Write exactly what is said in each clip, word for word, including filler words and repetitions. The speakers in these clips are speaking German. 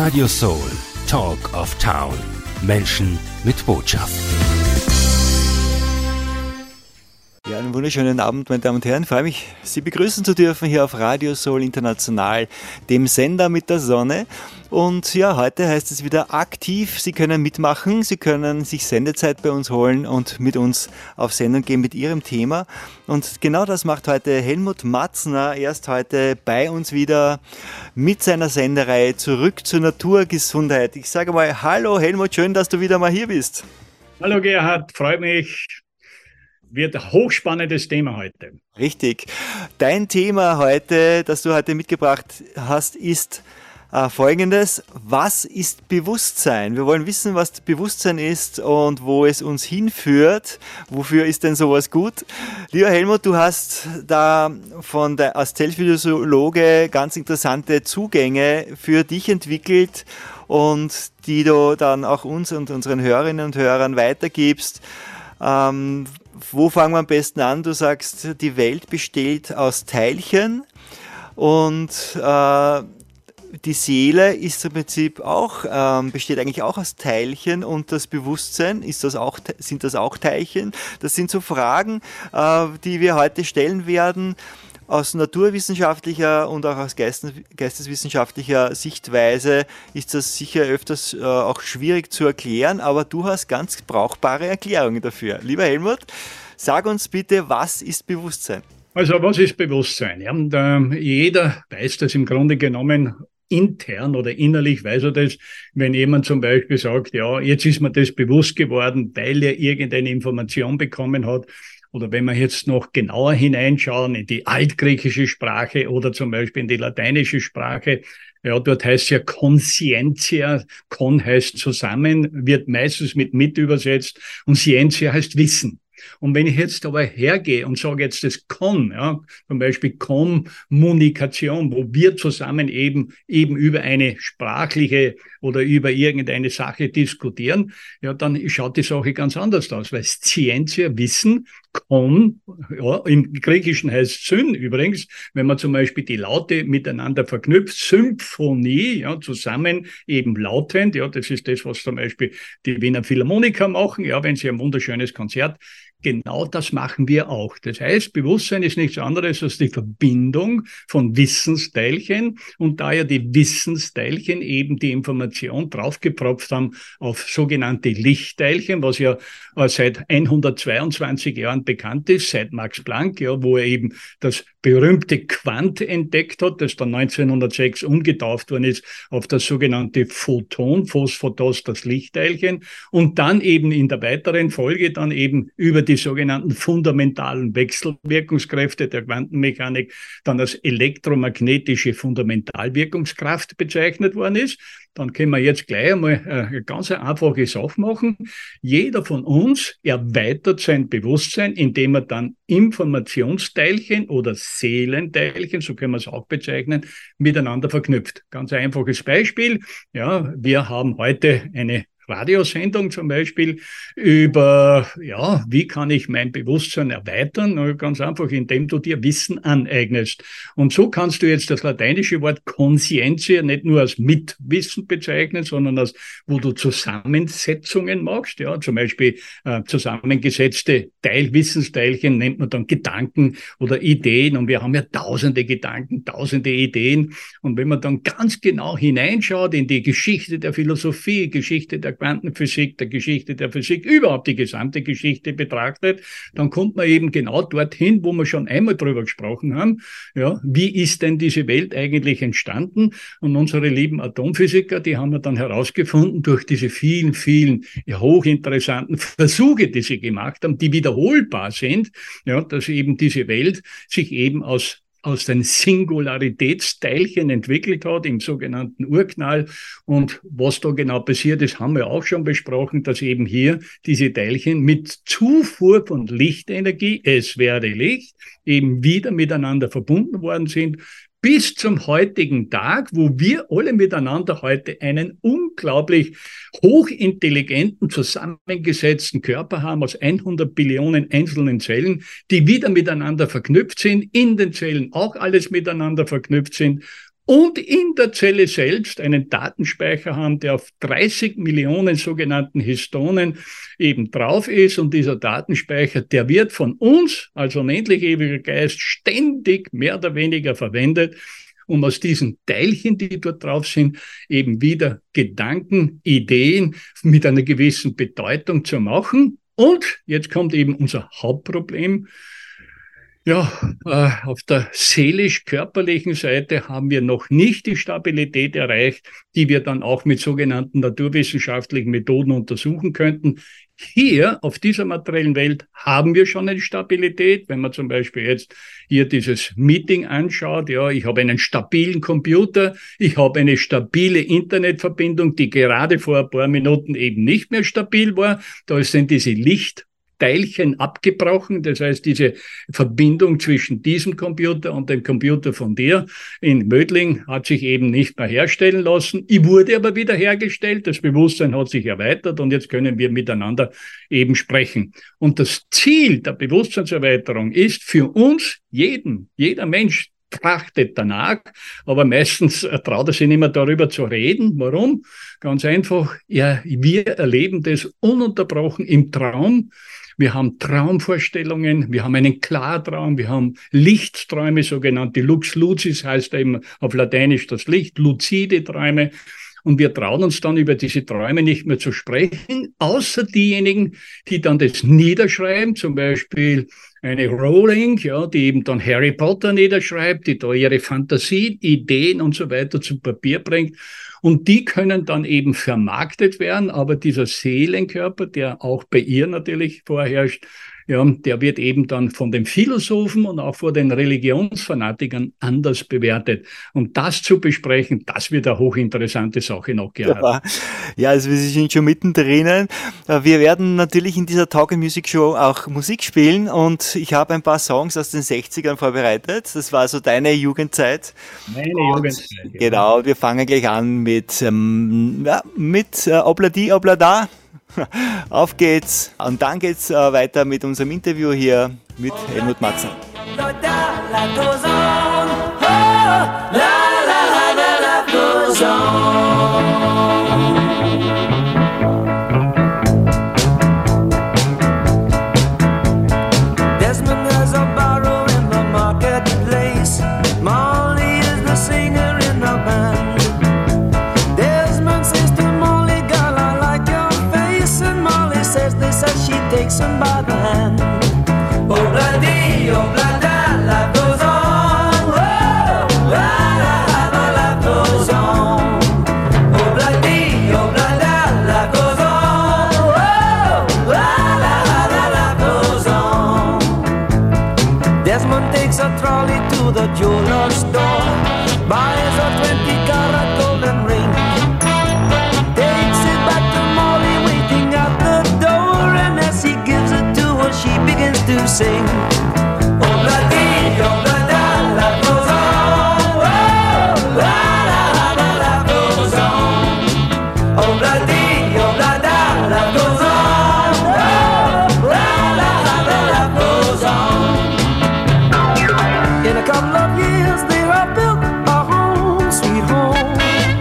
Radio Soul, Talk of Town. Menschen mit Botschaft. Ja, einen wunderschönen Abend, meine Damen und Herren. Ich freue mich, Sie begrüßen zu dürfen hier auf Radio Soul International, dem Sender mit der Sonne. Und ja, heute heißt es wieder aktiv. Sie können mitmachen, Sie können sich Sendezeit bei uns holen und mit uns auf Sendung gehen mit Ihrem Thema. Und genau das macht heute Helmut Matzner. Er ist heute bei uns wieder mit seiner Sendereihe Zurück zur Naturgesundheit. Ich sage mal, hallo Helmut, schön, dass du wieder mal hier bist. Hallo Gerhard, freut mich. Wird ein hochspannendes Thema heute. Richtig. Dein Thema heute, das du heute mitgebracht hast, ist äh, folgendes. Was ist Bewusstsein? Wir wollen wissen, was Bewusstsein ist und wo es uns hinführt. Wofür ist denn sowas gut? Lieber Helmut, du hast da von der, als Zellphysiologe ganz interessante Zugänge für dich entwickelt und die du dann auch uns und unseren Hörerinnen und Hörern weitergibst. Ähm, Wo fangen wir am besten an? Du sagst, die Welt besteht aus Teilchen und äh, die Seele ist im Prinzip auch, ähm, besteht eigentlich auch aus Teilchen und das Bewusstsein, ist das auch, sind das auch Teilchen? Das sind so Fragen, äh, die wir heute stellen werden. Aus naturwissenschaftlicher und auch aus Geistes, geisteswissenschaftlicher Sichtweise ist das sicher öfters äh, auch schwierig zu erklären, aber du hast ganz brauchbare Erklärungen dafür. Lieber Helmut, sag uns bitte, was ist Bewusstsein? Also was ist Bewusstsein? Ja, und, äh, jeder weiß das im Grunde genommen intern oder innerlich weiß er das, wenn jemand zum Beispiel sagt, ja, jetzt ist mir das bewusst geworden, weil er irgendeine Information bekommen hat. Oder wenn wir jetzt noch genauer hineinschauen in die altgriechische Sprache oder zum Beispiel in die lateinische Sprache, ja, dort heißt ja Conscientia, con heißt zusammen, wird meistens mit mit übersetzt und Scientia heißt Wissen. Und wenn ich jetzt aber hergehe und sage jetzt das Con, ja, zum Beispiel Kommunikation, wo wir zusammen eben, eben über eine sprachliche oder über irgendeine Sache diskutieren, ja, dann schaut die Sache ganz anders aus, weil Scientia, Wissen, Con, ja, im Griechischen heißt Syn übrigens, wenn man zum Beispiel die Laute miteinander verknüpft, Symphonie, ja, zusammen eben lautend, ja, das ist das, was zum Beispiel die Wiener Philharmoniker machen, ja, wenn sie ein wunderschönes Konzert. Genau das machen wir auch. Das heißt, Bewusstsein ist nichts anderes als die Verbindung von Wissensteilchen und da ja die Wissensteilchen eben die Information draufgepropft haben auf sogenannte Lichtteilchen, was ja seit hundertzweiundzwanzig Jahren bekannt ist, seit Max Planck, ja, wo er eben das berühmte Quant entdeckt hat, das dann neunzehnhundertsechs umgetauft worden ist auf das sogenannte Photon, Phosphotos, das Lichtteilchen und dann eben in der weiteren Folge dann eben über die sogenannten fundamentalen Wechselwirkungskräfte der Quantenmechanik dann als elektromagnetische Fundamentalwirkungskraft bezeichnet worden ist. Dann können wir jetzt gleich einmal eine ganz einfache Sache machen. Jeder von uns erweitert sein Bewusstsein, indem er dann Informationsteilchen oder Seelenteilchen, so können wir es auch bezeichnen, miteinander verknüpft. Ganz einfaches Beispiel. Ja, wir haben heute eine Radiosendung zum Beispiel über, ja, wie kann ich mein Bewusstsein erweitern? Ganz einfach, indem du dir Wissen aneignest. Und so kannst du jetzt das lateinische Wort Conscientia nicht nur als Mitwissen bezeichnen, sondern als, wo du Zusammensetzungen machst, ja, zum Beispiel äh, zusammengesetzte Teilwissensteilchen nennt man dann Gedanken oder Ideen. Und wir haben ja tausende Gedanken, tausende Ideen. Und wenn man dann ganz genau hineinschaut in die Geschichte der Philosophie, Geschichte der Quantenphysik, der Geschichte der Physik, überhaupt die gesamte Geschichte betrachtet, dann kommt man eben genau dorthin, wo wir schon einmal drüber gesprochen haben. Ja, wie ist denn diese Welt eigentlich entstanden? Und unsere lieben Atomphysiker, die haben wir dann herausgefunden durch diese vielen, vielen ja, hochinteressanten Versuche, die sie gemacht haben, die wiederholbar sind, ja, dass eben diese Welt sich eben aus aus den Singularitätsteilchen entwickelt hat, im sogenannten Urknall. Und was da genau passiert ist, haben wir auch schon besprochen, dass eben hier diese Teilchen mit Zufuhr von Lichtenergie, es wäre Licht, eben wieder miteinander verbunden worden sind, bis zum heutigen Tag, wo wir alle miteinander heute einen unglaublich hochintelligenten, zusammengesetzten Körper haben aus hundert Billionen einzelnen Zellen, die wieder miteinander verknüpft sind, in den Zellen auch alles miteinander verknüpft sind und in der Zelle selbst einen Datenspeicher haben, der auf dreißig Millionen sogenannten Histonen eben drauf ist. Und dieser Datenspeicher, der wird von uns, also unendlich ewiger Geist, ständig mehr oder weniger verwendet, um aus diesen Teilchen, die dort drauf sind, eben wieder Gedanken, Ideen mit einer gewissen Bedeutung zu machen. Und jetzt kommt eben unser Hauptproblem. Ja, äh, auf der seelisch-körperlichen Seite haben wir noch nicht die Stabilität erreicht, die wir dann auch mit sogenannten naturwissenschaftlichen Methoden untersuchen könnten. Hier, auf dieser materiellen Welt, haben wir schon eine Stabilität. Wenn man zum Beispiel jetzt hier dieses Meeting anschaut, ja, ich habe einen stabilen Computer, ich habe eine stabile Internetverbindung, die gerade vor ein paar Minuten eben nicht mehr stabil war. Da sind diese Licht Teilchen abgebrochen. Das heißt, diese Verbindung zwischen diesem Computer und dem Computer von dir in Mödling hat sich eben nicht mehr herstellen lassen. Ich wurde aber wieder hergestellt. Das Bewusstsein hat sich erweitert und jetzt können wir miteinander eben sprechen. Und das Ziel der Bewusstseinserweiterung ist für uns, jeden, jeder Mensch trachtet danach, aber meistens traut er sich nicht mehr darüber zu reden. Warum? Ganz einfach, ja, wir erleben das ununterbrochen im Traum. Wir haben Traumvorstellungen, wir haben einen Klartraum, wir haben Lichtträume, sogenannte Lux Lucis, heißt eben auf Lateinisch das Licht, luzide Träume. Und wir trauen uns dann über diese Träume nicht mehr zu sprechen, außer diejenigen, die dann das niederschreiben, zum Beispiel eine Rowling, ja, die eben dann Harry Potter niederschreibt, die da ihre Fantasien, Ideen und so weiter zu Papier bringt. Und die können dann eben vermarktet werden, aber dieser Seelenkörper, der auch bei ihr natürlich vorherrscht, ja, der wird eben dann von den Philosophen und auch von den Religionsfanatikern anders bewertet. Und das zu besprechen, das wird eine hochinteressante Sache noch gehabt. Ja, ja, also wir sind schon mittendrin. Wir werden natürlich in dieser Talk and Music Show auch Musik spielen und ich habe ein paar Songs aus den sechzigern vorbereitet. Das war so deine Jugendzeit. Meine Jugendzeit. Ja. Genau, wir fangen gleich an mit, ähm, ja, mit äh, Obladi Oblada. Auf geht's. Und dann geht's äh, weiter mit unserem Interview hier mit Helmut Matzen. Desmond has a barrow in the marketplace. Molly is the singer in the band. Desmond says to Molly, girl, I like your face. And Molly says this as she takes him by the hand. Obladi, oblada, life goes on. Whoa, la, la, la, life goes on. Obladi, oblada, life goes on. Whoa, la, la, la, life goes on. Desmond takes a trolley to the jeweler's store, buys a twenty carat golden ring, takes it back to Molly waiting at the door, and as he gives it to her, she begins to sing. Obladi, oblada, life goes on. Whoa, la, la, la, life goes on. Obladi, oblada, life goes on. Whoa, la, la, la, life goes on. In a couple of years they have built a home, sweet home,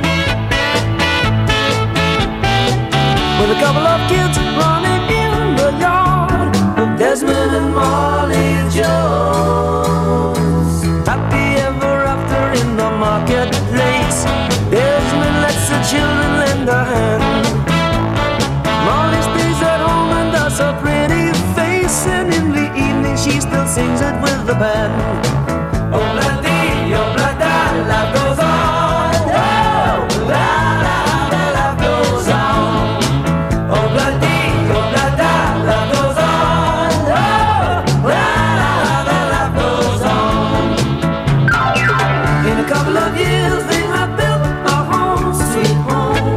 with a couple of kids running in the yard of Desmond and Molly Jones. Happy ever after in the marketplace, Desmond lets the children lend a hand. Molly stays at home and does a pretty face, and in the evening she still sings it with the band. Obladi, oblada, life goes on. Whoa, la, la, la, life goes on. Obladi, oblada, life goes on. Whoa, la, la, la, life goes on. In a couple of years they have built a home, sweet home,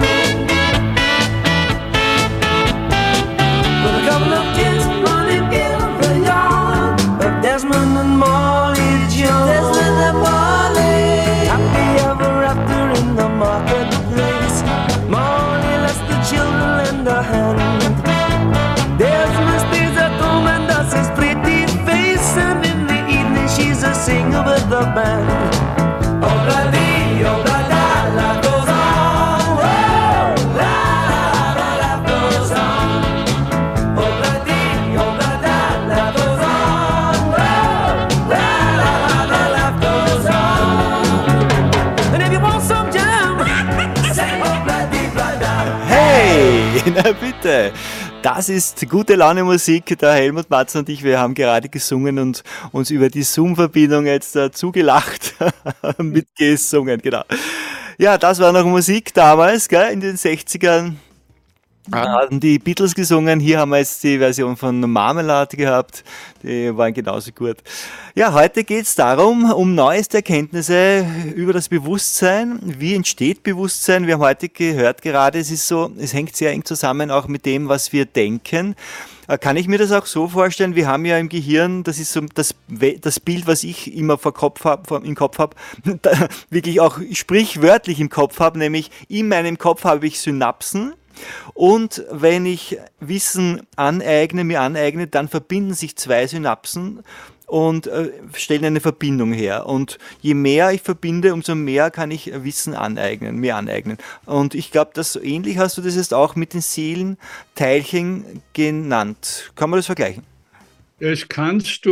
with a couple of kids running in the yard of Desmond and Molly Jones. Desmond and Molly, happy ever after in the marketplace. Molly lets the children lend a hand. Desmond stays at home and does his pretty face, and in the evening she's a singer with the band. Obladi, Na bitte. Das ist gute Laune Musik. Der Helmut Matz und ich, wir haben gerade gesungen und uns über die Zoom-Verbindung jetzt äh, zugelacht, mitgesungen, genau. Ja, das war noch Musik damals, gell, in den sechzigern. Hatten die Beatles gesungen, hier haben wir jetzt die Version von Marmelade gehabt, die waren genauso gut. Ja, heute geht es darum, um neueste Erkenntnisse über das Bewusstsein. Wie entsteht Bewusstsein? Wir haben heute gehört gerade, es ist so, es hängt sehr eng zusammen auch mit dem, was wir denken. Kann ich mir das auch so vorstellen, wir haben ja im Gehirn, das ist so das, das Bild, was ich immer vor Kopf hab, vor, im Kopf habe, wirklich auch sprichwörtlich im Kopf habe, nämlich in meinem Kopf habe ich Synapsen. Und wenn ich Wissen aneigne, mir aneigne, dann verbinden sich zwei Synapsen und äh, stellen eine Verbindung her. Und je mehr ich verbinde, umso mehr kann ich Wissen aneignen, mir aneignen. Und ich glaube, dass so ähnlich hast du das jetzt auch mit den Seelenteilchen genannt. Kann man das vergleichen? Das kannst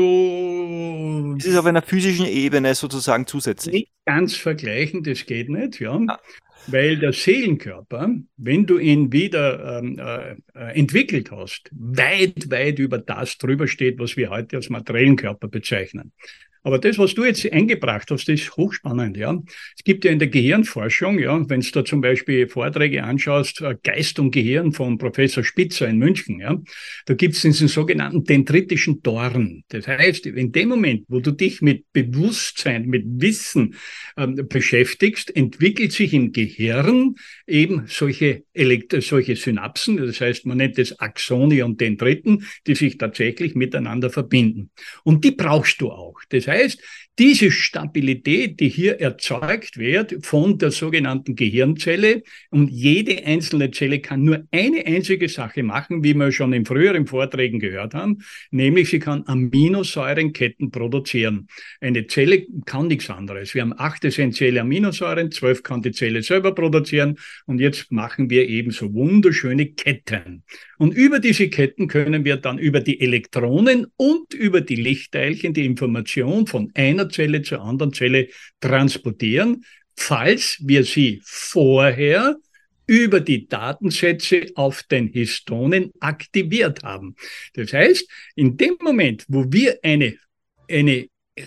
du... Das ist auf einer physischen Ebene sozusagen zusätzlich. Nicht ganz vergleichen, das geht nicht, ja. ja. Weil der Seelenkörper, wenn du ihn wieder ähm, äh, entwickelt hast, weit, weit über das drüber steht, was wir heute als materiellen Körper bezeichnen. Aber das, was du jetzt eingebracht hast, das ist hochspannend, ja. Es gibt ja in der Gehirnforschung, ja, wenn du da zum Beispiel Vorträge anschaust, Geist und Gehirn von Professor Spitzer in München, ja, da gibt es diesen sogenannten dendritischen Dorn. Das heißt, in dem Moment, wo du dich mit Bewusstsein, mit Wissen ähm, beschäftigst, entwickelt sich im Gehirn eben solche, Elekt- solche Synapsen, das heißt, man nennt es Axone und Dendriten, die sich tatsächlich miteinander verbinden. Und die brauchst du auch. Das heißt, diese Stabilität, die hier erzeugt wird von der sogenannten Gehirnzelle, und jede einzelne Zelle kann nur eine einzige Sache machen, wie wir schon in früheren Vorträgen gehört haben, nämlich sie kann Aminosäurenketten produzieren. Eine Zelle kann nichts anderes. Wir haben acht essentielle Aminosäuren, zwölf kann die Zelle selber produzieren, und jetzt machen wir eben so wunderschöne Ketten. Und über diese Ketten können wir dann über die Elektronen und über die Lichtteilchen die Information von einer Zelle zur anderen Zelle transportieren, falls wir sie vorher über die Datensätze auf den Histonen aktiviert haben. Das heißt, in dem Moment, wo wir eine, eine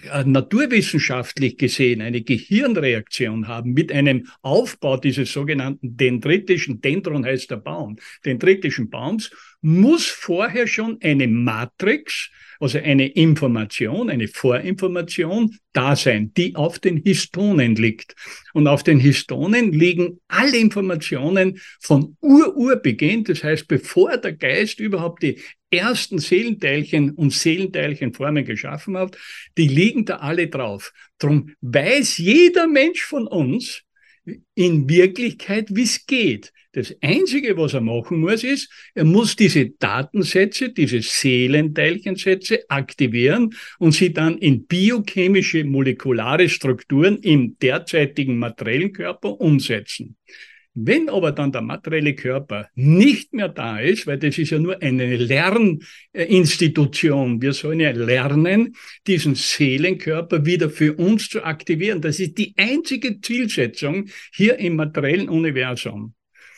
naturwissenschaftlich gesehen eine Gehirnreaktion haben mit einem Aufbau dieses sogenannten dendritischen, Dendron heißt der Baum, dendritischen Baums, muss vorher schon eine Matrix, also eine Information, eine Vorinformation da sein, die auf den Histonen liegt. Und auf den Histonen liegen alle Informationen von Ur-Urbeginn, das heißt, bevor der Geist überhaupt die ersten Seelenteilchen und Seelenteilchenformen geschaffen hat, die liegen da alle drauf. Darum weiß jeder Mensch von uns in Wirklichkeit, wie es geht. Das Einzige, was er machen muss, ist, er muss diese Datensätze, diese Seelenteilchensätze aktivieren und sie dann in biochemische, molekulare Strukturen im derzeitigen materiellen Körper umsetzen. Wenn aber dann der materielle Körper nicht mehr da ist, weil das ist ja nur eine Lerninstitution, wir sollen ja lernen, diesen Seelenkörper wieder für uns zu aktivieren. Das ist die einzige Zielsetzung hier im materiellen Universum,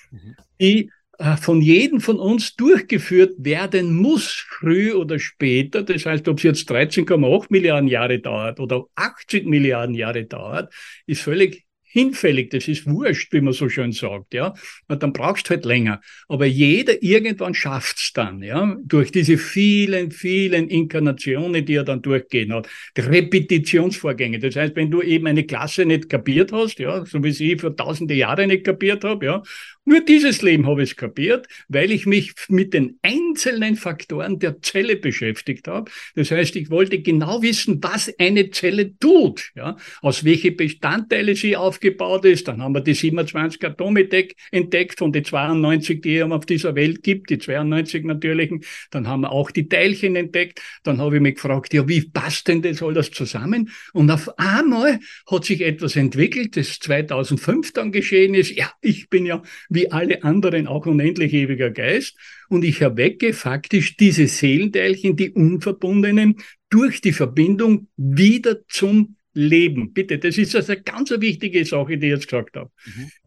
die äh, von jedem von uns durchgeführt werden muss, früh oder später. Das heißt, ob es jetzt dreizehn Komma acht Milliarden Jahre dauert oder achtzig Milliarden Jahre dauert, ist völlig hinfällig, das ist wurscht, wie man so schön sagt, ja. Und dann brauchst du halt länger. Aber jeder irgendwann schafft's dann, ja. Durch diese vielen, vielen Inkarnationen, die er dann durchgehen hat. Die Repetitionsvorgänge. Das heißt, wenn du eben eine Klasse nicht kapiert hast, ja, so wie sie für tausende Jahre nicht kapiert habe, ja. Nur dieses Leben habe ich kapiert, weil ich mich mit den einzelnen Faktoren der Zelle beschäftigt habe. Das heißt, ich wollte genau wissen, was eine Zelle tut, ja. Aus welche Bestandteile sie aufgebaut ist. Dann haben wir die siebenundzwanzig Atome entdeckt von den zweiundneunzig, die es auf dieser Welt gibt, die zweiundneunzig natürlichen. Dann haben wir auch die Teilchen entdeckt. Dann habe ich mich gefragt, ja, wie passt denn das alles zusammen? Und auf einmal hat sich etwas entwickelt, das zweitausendfünf dann geschehen ist. Ja, ich bin ja wie alle anderen auch unendlich ewiger Geist. Und ich erwecke faktisch diese Seelenteilchen, die unverbundenen, durch die Verbindung wieder zum Leben. Bitte, das ist also eine ganz wichtige Sache, die ich jetzt gesagt habe. Mhm.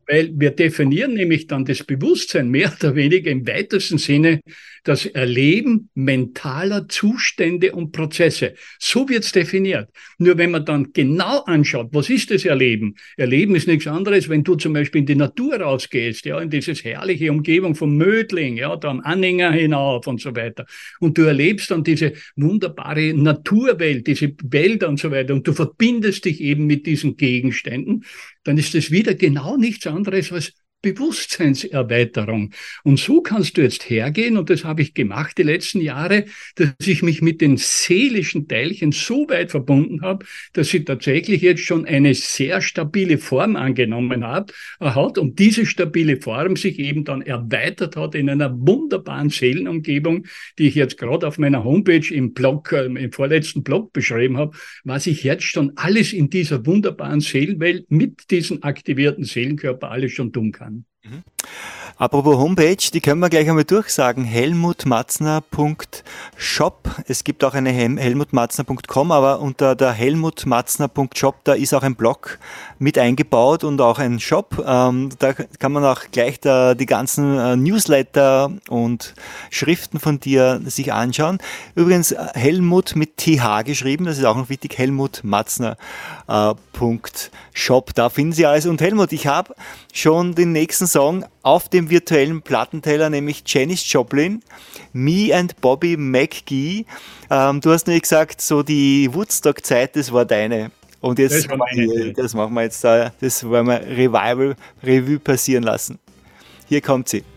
Weil wir definieren nämlich dann das Bewusstsein mehr oder weniger im weitesten Sinne das Erleben mentaler Zustände und Prozesse. So wird's definiert. Nur wenn man dann genau anschaut, was ist das Erleben? Erleben ist nichts anderes, wenn du zum Beispiel in die Natur rausgehst, ja, in dieses herrliche Umgebung vom Mödling, ja, da am Anhänger hinauf und so weiter. Und du erlebst dann diese wunderbare Naturwelt, diese Wälder und so weiter. Und du verbindest dich eben mit diesen Gegenständen. Dann ist das wieder genau nichts anderes als Bewusstseinserweiterung. Und so kannst du jetzt hergehen, und das habe ich gemacht die letzten Jahre, dass ich mich mit den seelischen Teilchen so weit verbunden habe, dass sie tatsächlich jetzt schon eine sehr stabile Form angenommen hat, hat und diese stabile Form sich eben dann erweitert hat in einer wunderbaren Seelenumgebung, die ich jetzt gerade auf meiner Homepage im Blog, äh, im vorletzten Blog beschrieben habe, was ich jetzt schon alles in dieser wunderbaren Seelenwelt mit diesem aktivierten Seelenkörper alles schon tun kann. Mhm. Apropos Homepage, die können wir gleich einmal durchsagen, helmut matzner punkt shop. Es gibt auch eine helmut matzner punkt com, aber unter der helmut matzner punkt shop, da ist auch ein Blog mit eingebaut und auch ein Shop. Ähm, da kann man auch gleich da die ganzen äh, Newsletter und Schriften von dir sich anschauen. Übrigens Helmut mit T H geschrieben, das ist auch noch wichtig, helmut matzner punkt shop. Da finden Sie alles. Und Helmut, ich habe schon den nächsten Song auf dem virtuellen Plattenteller, nämlich Janis Joplin, Me and Bobby McGee. Ähm, du hast nämlich gesagt, so die Woodstock-Zeit, das war deine. Und jetzt, das, war meine. das machen wir jetzt da, das wollen wir Revival, Revue passieren lassen. Hier kommt sie.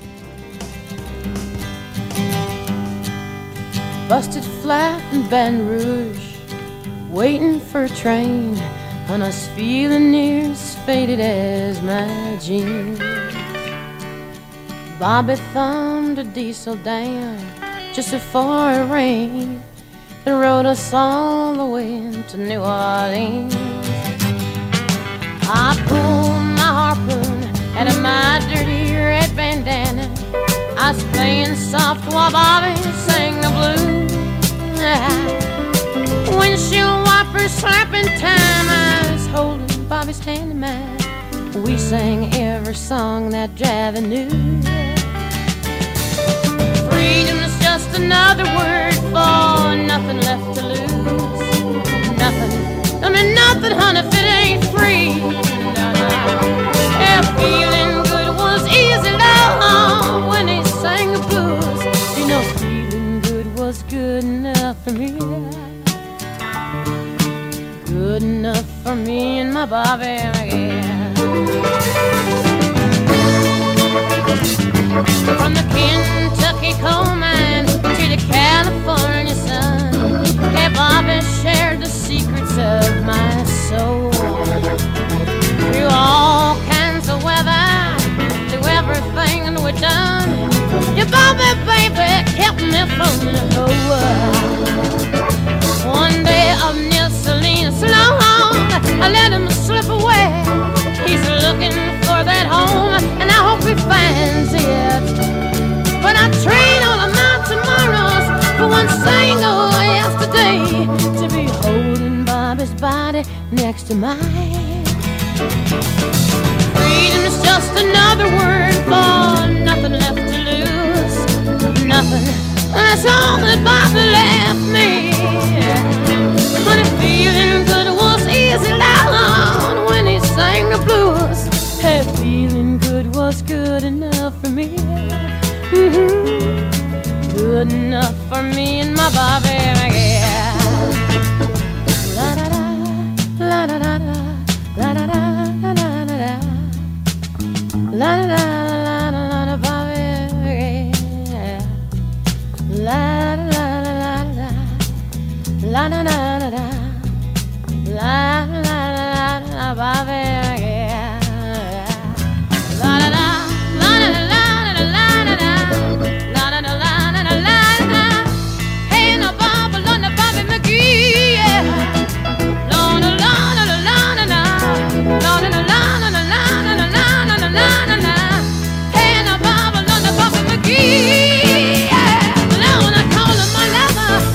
Busted flat in Baton Rouge, waiting for a train, and I was feeling near as faded as my jeans. Bobby thumbed a diesel down just before it rained and rode us all the way to New Orleans. I pulled my harpoon out of my dirty red bandana. I was playing soft while Bobby sang the blues. Windshield wipers slapping time, I was holding Bobby's hand in mine. We sang every song that Javi knew. Freedom's just another word for nothing left to lose. Nothing, I mean nothing, honey, if it ain't free. No, no. Yeah, feeling good was easy, love, when he sang the blues. You know, feeling good was good enough for me. Good enough for me and my Bobby, yeah. From the Kentucky coal mine to the California sun, yeah, Bobby shared the secrets of my soul. Through all kinds of weather, through everything we've done, yeah, Bobby, baby, kept me from the whole world. One day up near Salinas, long, I let him slip away. He's looking for that home, and I hope he finds it. But I trade all of my tomorrows for one single yesterday, to be holding Bobby's body next to mine. Freedom's just another word for nothing left to lose. Nothing, that's all that Bobby left me. But if feeling good was easy, loud when he sang the blues. Hey, feeling good was good enough for me. Mm-hmm. Good enough for me and my Bobby, yeah. La da da, la da da da, la da da da da da, la da da la da la da Bobby, yeah. La da la la la la, la da da da da, la la la la Bobby, yeah. La da da, la da la.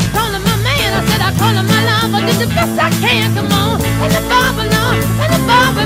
Did the best I can, come on, and the Bible, no, and the Bible.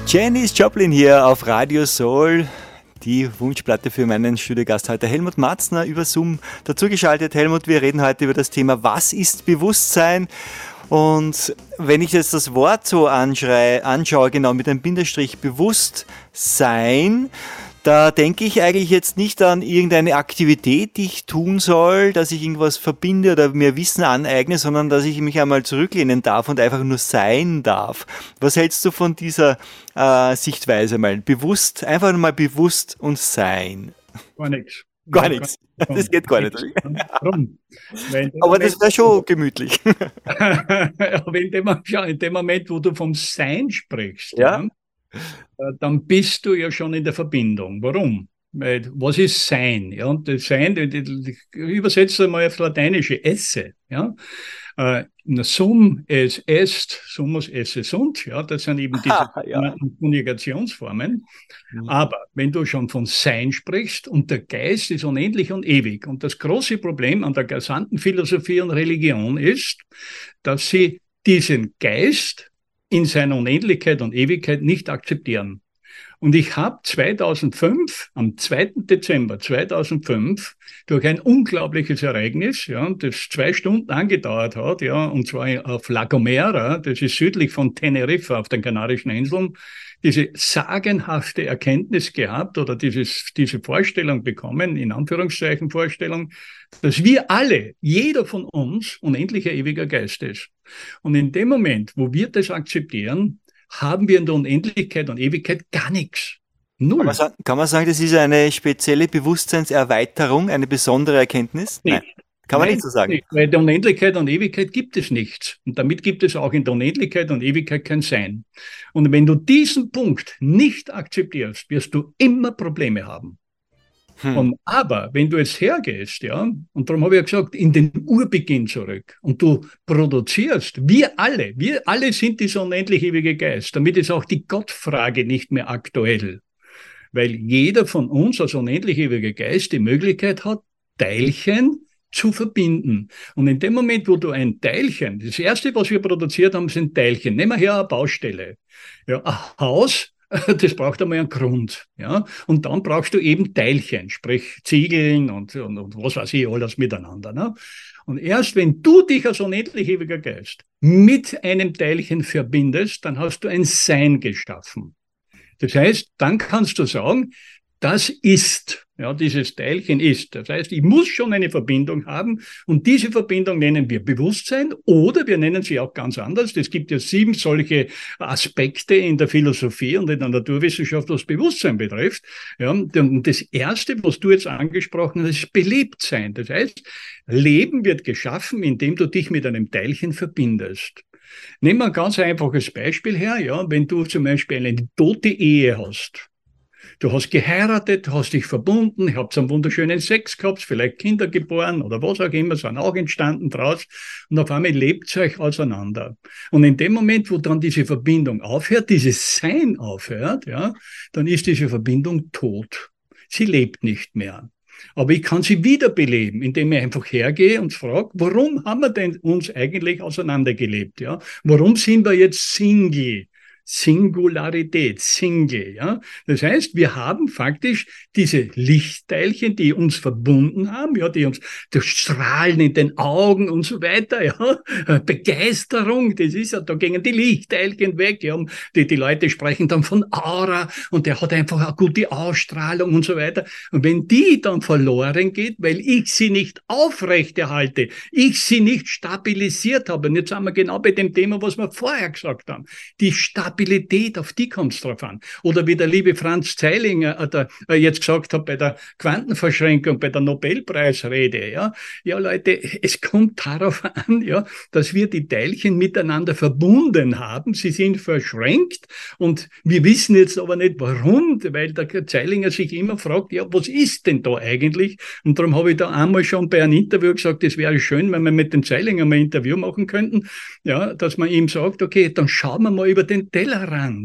Janis Joplin hier auf Radio Soul. Die Wunschplatte für meinen Studiogast heute, Helmut Matzner, über Zoom dazugeschaltet. Helmut, wir reden heute über das Thema, was ist Bewusstsein? Und wenn ich jetzt das Wort so anschrei, anschaue, genau mit einem Bindestrich, Bewusstsein, da denke ich eigentlich jetzt nicht an irgendeine Aktivität, die ich tun soll, dass ich irgendwas verbinde oder mir Wissen aneigne, sondern dass ich mich einmal zurücklehnen darf und einfach nur sein darf. Was hältst du von dieser äh, Sichtweise mal? Bewusst, einfach nur mal bewusst und sein. Gar nichts. Gar nichts. Das geht gar nicht. Warum? Aber das wäre schon gemütlich. Aber in dem, in dem Moment, wo du vom Sein sprichst, ja? Ja, dann bist du ja schon in der Verbindung. Warum? Weil, was ist Sein? Ja, und das Sein, ich übersetze mal auf Lateinische, esse. Ja? Äh, sum es est, sumus esse sunt. Ja, das sind eben diese ah, ja. Kommunikationsformen. Mhm. Aber wenn du schon von Sein sprichst und der Geist ist unendlich und ewig. Und das große Problem an der gesamten Philosophie und Religion ist, dass sie diesen Geist in seiner Unendlichkeit und Ewigkeit nicht akzeptieren. Und ich habe zweitausendfünf, am zweiten Dezember zweitausendfünf, durch ein unglaubliches Ereignis, ja, das zwei Stunden angedauert hat, ja, und zwar auf La Gomera, das ist südlich von Teneriffa auf den Kanarischen Inseln, diese sagenhafte Erkenntnis gehabt oder dieses, diese Vorstellung bekommen, in Anführungszeichen Vorstellung, dass wir alle, jeder von uns, unendlicher ewiger Geist ist. Und in dem Moment, wo wir das akzeptieren, haben wir in der Unendlichkeit und Ewigkeit gar nichts. Null. Kann man sagen, kann man sagen, das ist eine spezielle Bewusstseinserweiterung, eine besondere Erkenntnis? Nee. Nein. Kann man Nein, nicht so sagen. Nicht, weil in der Unendlichkeit und Ewigkeit gibt es nichts. Und damit gibt es auch in der Unendlichkeit und Ewigkeit kein Sein. Und wenn du diesen Punkt nicht akzeptierst, wirst du immer Probleme haben. Hm. Und aber wenn du jetzt hergehst, ja, und darum habe ich ja gesagt, in den Urbeginn zurück und du produzierst, wir alle, wir alle sind dieser unendlich ewige Geist. Damit ist auch die Gottfrage nicht mehr aktuell. Weil jeder von uns als unendlich ewiger Geist die Möglichkeit hat, Teilchen zu verbinden. Und in dem Moment, wo du ein Teilchen, das erste, was wir produziert haben, sind Teilchen. Nehmen wir her eine Baustelle. Ja, ein Haus, das braucht einmal einen Grund. Ja? Und dann brauchst du eben Teilchen, sprich Ziegeln und, und, und was weiß ich, alles miteinander. Ne? Und erst wenn du dich als unendlich ewiger Geist mit einem Teilchen verbindest, dann hast du ein Sein geschaffen. Das heißt, dann kannst du sagen, das ist, ja, dieses Teilchen ist. Das heißt, ich muss schon eine Verbindung haben und diese Verbindung nennen wir Bewusstsein oder wir nennen sie auch ganz anders. Es gibt ja sieben solche Aspekte in der Philosophie und in der Naturwissenschaft, was Bewusstsein betrifft. Ja, und das erste, was du jetzt angesprochen hast, ist Belebtsein. Das heißt, Leben wird geschaffen, indem du dich mit einem Teilchen verbindest. Nehmen wir ein ganz einfaches Beispiel her, ja, wenn du zum Beispiel eine tote Ehe hast. Du hast geheiratet, hast dich verbunden, habt einen wunderschönen Sex gehabt, vielleicht Kinder geboren oder was auch immer, sind auch entstanden draus. Und auf einmal lebt ihr euch auseinander. Und in dem Moment, wo dann diese Verbindung aufhört, dieses Sein aufhört, ja, dann ist diese Verbindung tot. Sie lebt nicht mehr. Aber ich kann sie wiederbeleben, indem ich einfach hergehe und frage, warum haben wir denn uns eigentlich auseinandergelebt? Ja? Warum sind wir jetzt Single? Singularität, Single, ja. Das heißt, wir haben faktisch diese Lichtteilchen, die uns verbunden haben, ja, die uns das Strahlen in den Augen und so weiter, ja. Begeisterung, das ist ja, da gingen die Lichtteilchen weg, ja. Die, die Leute sprechen dann von Aura und der hat einfach eine gute Ausstrahlung und so weiter. Und wenn die dann verloren geht, weil ich sie nicht aufrechterhalte, ich sie nicht stabilisiert habe, und jetzt sind wir genau bei dem Thema, was wir vorher gesagt haben, die Stabilität, auf die kommt es drauf an. Oder wie der liebe Franz Zeilinger äh, der, äh, jetzt gesagt hat bei der Quantenverschränkung, bei der Nobelpreisrede. Ja, ja Leute, es kommt darauf an, ja, dass wir die Teilchen miteinander verbunden haben. Sie sind verschränkt und wir wissen jetzt aber nicht warum, weil der Zeilinger sich immer fragt, ja, was ist denn da eigentlich? Und darum habe ich da einmal schon bei einem Interview gesagt, es wäre schön, wenn wir mit dem Zeilinger mal ein Interview machen könnten, ja, dass man ihm sagt, okay, dann schauen wir mal über den Tellerrand.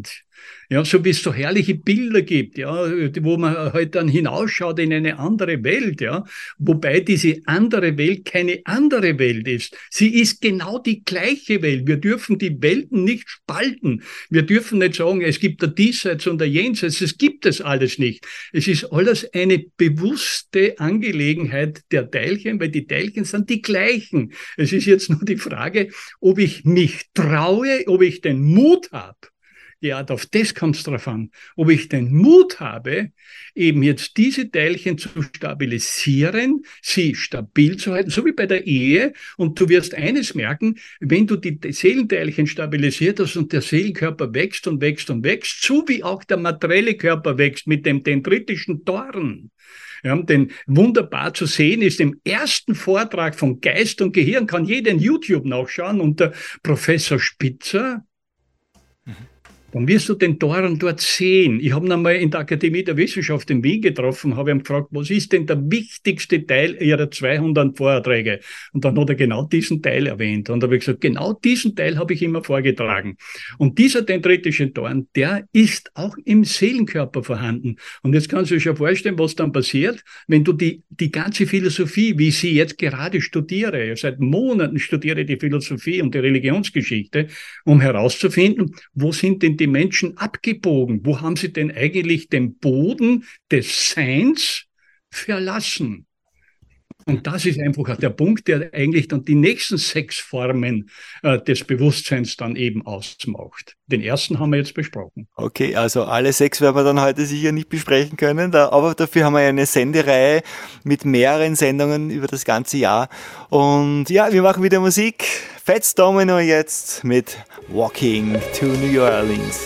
Ja, so wie es so herrliche Bilder gibt, ja, wo man halt dann hinausschaut in eine andere Welt, ja, wobei diese andere Welt keine andere Welt ist. Sie ist genau die gleiche Welt. Wir dürfen die Welten nicht spalten. Wir dürfen nicht sagen, es gibt ein Diesseits und ein Jenseits. Es gibt es alles nicht. Es ist alles eine bewusste Angelegenheit der Teilchen, weil die Teilchen sind die gleichen. Es ist jetzt nur die Frage, ob ich mich traue, ob ich den Mut habe. Ja, auf das kommt es drauf an. Ob ich den Mut habe, eben jetzt diese Teilchen zu stabilisieren, sie stabil zu halten, so wie bei der Ehe. Und du wirst eines merken, wenn du die Seelenteilchen stabilisiert hast und der Seelenkörper wächst und wächst und wächst, so wie auch der materielle Körper wächst mit dem dendritischen Dorn. Ja, denn wunderbar zu sehen ist im ersten Vortrag von Geist und Gehirn, kann jeder in YouTube nachschauen, unter Professor Spitzer. Mhm. Dann wirst du den Dorn dort sehen. Ich habe ihn einmal in der Akademie der Wissenschaft in Wien getroffen, habe ihn gefragt, was ist denn der wichtigste Teil Ihrer zweihundert Vorträge? Und dann hat er genau diesen Teil erwähnt. Und da habe ich gesagt, genau diesen Teil habe ich immer vorgetragen. Und dieser dendritische Dorn, der ist auch im Seelenkörper vorhanden. Und jetzt kannst du dir schon vorstellen, was dann passiert, wenn du die, die ganze Philosophie, wie ich sie jetzt gerade studiere, ja, seit Monaten studiere ich die Philosophie und die Religionsgeschichte, um herauszufinden, wo sind denn die Menschen abgebogen? Wo haben sie denn eigentlich den Boden des Seins verlassen? Und das ist einfach der Punkt, der eigentlich dann die nächsten sechs Formen äh, des Bewusstseins dann eben ausmacht. Den ersten haben wir jetzt besprochen. Okay, also alle sechs werden wir dann heute sicher nicht besprechen können, da, aber dafür haben wir ja eine Sendereihe mit mehreren Sendungen über das ganze Jahr. Und ja, wir machen wieder Musik. Fats Domino jetzt mit Walking to New Orleans.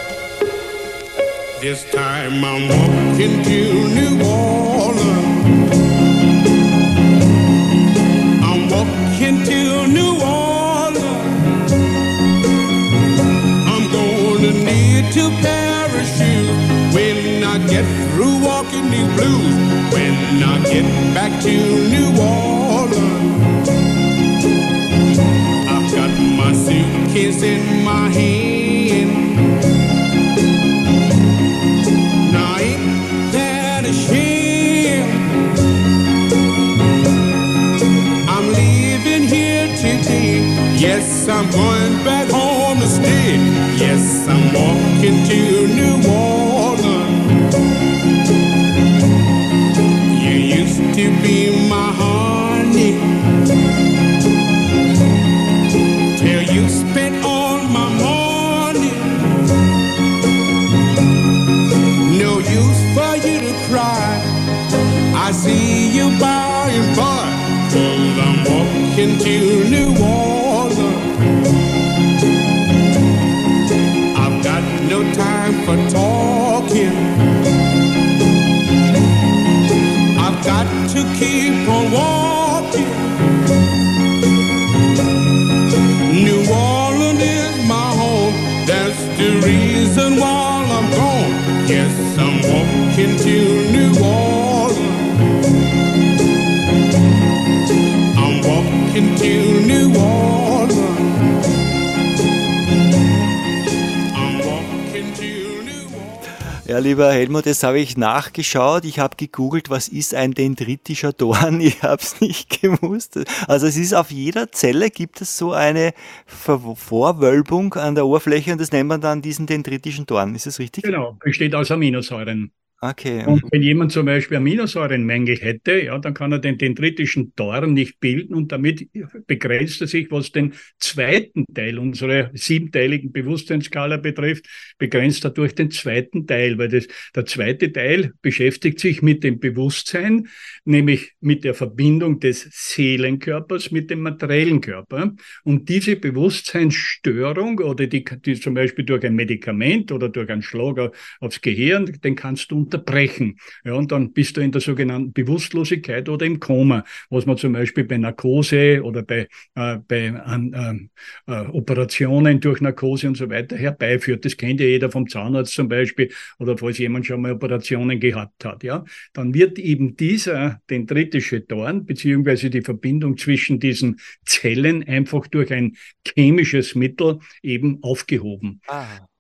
This time I'm walking to New Orleans. I'm walking to New Orleans. I'm gonna need to parachute when I get through walking these blues. When I get back to New Orleans, I've got my suitcase in my hand. Now ain't that a shame? I'm leaving here today. Yes, I'm going back home to stay. Yes, I'm walking to New Orleans. You used to be my honey, till you spent all my money. No use for you to cry, I see you by and by. 'Cause I'm walking to New Orleans. I've got no time for talking, I've got to keep on walking. New Orleans is my home, that's the reason why I'm gone. Yes, I'm walking to New Orleans. I'm walking to New Orleans. I'm walking to New Orleans. Ja, lieber Helmut, jetzt habe ich nachgeschaut, ich habe gegoogelt, was ist ein dendritischer Dorn, ich habe es nicht gewusst. Also es ist auf jeder Zelle, gibt es so eine Ver- Vorwölbung an der Oberfläche und das nennt man dann diesen dendritischen Dorn, ist das richtig? Genau, besteht aus Aminosäuren. Okay. Und wenn jemand zum Beispiel Aminosäurenmängel hätte, ja, dann kann er den dendritischen Dorn nicht bilden und damit begrenzt er sich, was den zweiten Teil unserer siebenteiligen Bewusstseinsskala betrifft, begrenzt er durch den zweiten Teil, weil das, der zweite Teil beschäftigt sich mit dem Bewusstsein, nämlich mit der Verbindung des Seelenkörpers mit dem materiellen Körper. Und diese Bewusstseinsstörung oder die, die zum Beispiel durch ein Medikament oder durch einen Schlag aufs Gehirn, den kannst du unterbrechen. Ja, und dann bist du in der sogenannten Bewusstlosigkeit oder im Koma, was man zum Beispiel bei Narkose oder bei, äh, bei äh, äh, Operationen durch Narkose und so weiter herbeiführt. Das kennt ja jeder vom Zahnarzt zum Beispiel oder falls jemand schon mal Operationen gehabt hat. Ja, dann wird eben dieser dendritische Dorn beziehungsweise die Verbindung zwischen diesen Zellen einfach durch ein chemisches Mittel eben aufgehoben. Ah.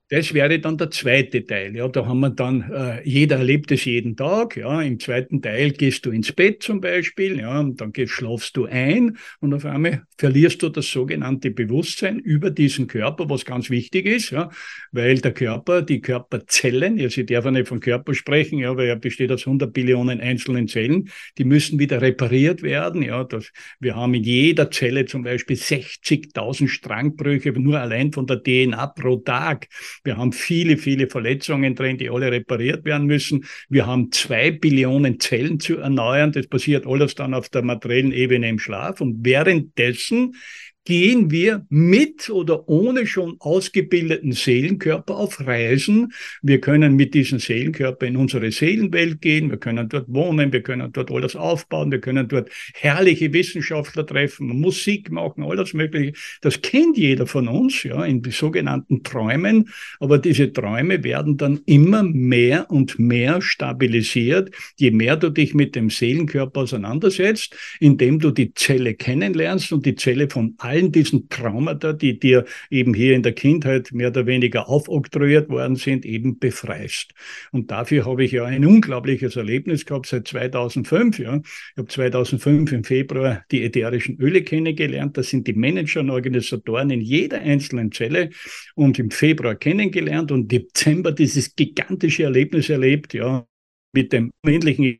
Das wäre dann der zweite Teil. Ja, da haben wir dann, äh, jeder erlebt es jeden Tag. Ja, im zweiten Teil gehst du ins Bett zum Beispiel. Ja, und dann gehst, schlafst du ein und auf einmal verlierst du das sogenannte Bewusstsein über diesen Körper, was ganz wichtig ist. Ja, weil der Körper, die Körperzellen, also ich darf ja nicht vom Körper sprechen, ja, weil er besteht aus hundert Billionen einzelnen Zellen, die müssen wieder repariert werden. Ja, das, wir haben in jeder Zelle zum Beispiel sechzigtausend Strangbrüche, nur allein von der D N A pro Tag. Wir haben viele, viele Verletzungen drin, die alle repariert werden müssen. Wir haben zwei Billionen Zellen zu erneuern. Das passiert alles dann auf der materiellen Ebene im Schlaf. Und währenddessen gehen wir mit oder ohne schon ausgebildeten Seelenkörper auf Reisen. Wir können mit diesem Seelenkörper in unsere Seelenwelt gehen, wir können dort wohnen, wir können dort alles aufbauen, wir können dort herrliche Wissenschaftler treffen, Musik machen, alles Mögliche. Das kennt jeder von uns, ja, in sogenannten Träumen. Aber diese Träume werden dann immer mehr und mehr stabilisiert, je mehr du dich mit dem Seelenkörper auseinandersetzt, indem du die Zelle kennenlernst und die Zelle von allen diesen Traumata, die dir eben hier in der Kindheit mehr oder weniger aufoktroyiert worden sind, eben befreist. Und dafür habe ich ja ein unglaubliches Erlebnis gehabt seit zweitausendfünf. Ja. Ich habe zweitausendfünf im Februar die ätherischen Öle kennengelernt. Das sind die Manager und Organisatoren in jeder einzelnen Zelle und im Februar kennengelernt und im Dezember dieses gigantische Erlebnis erlebt, ja, mit dem unendlichen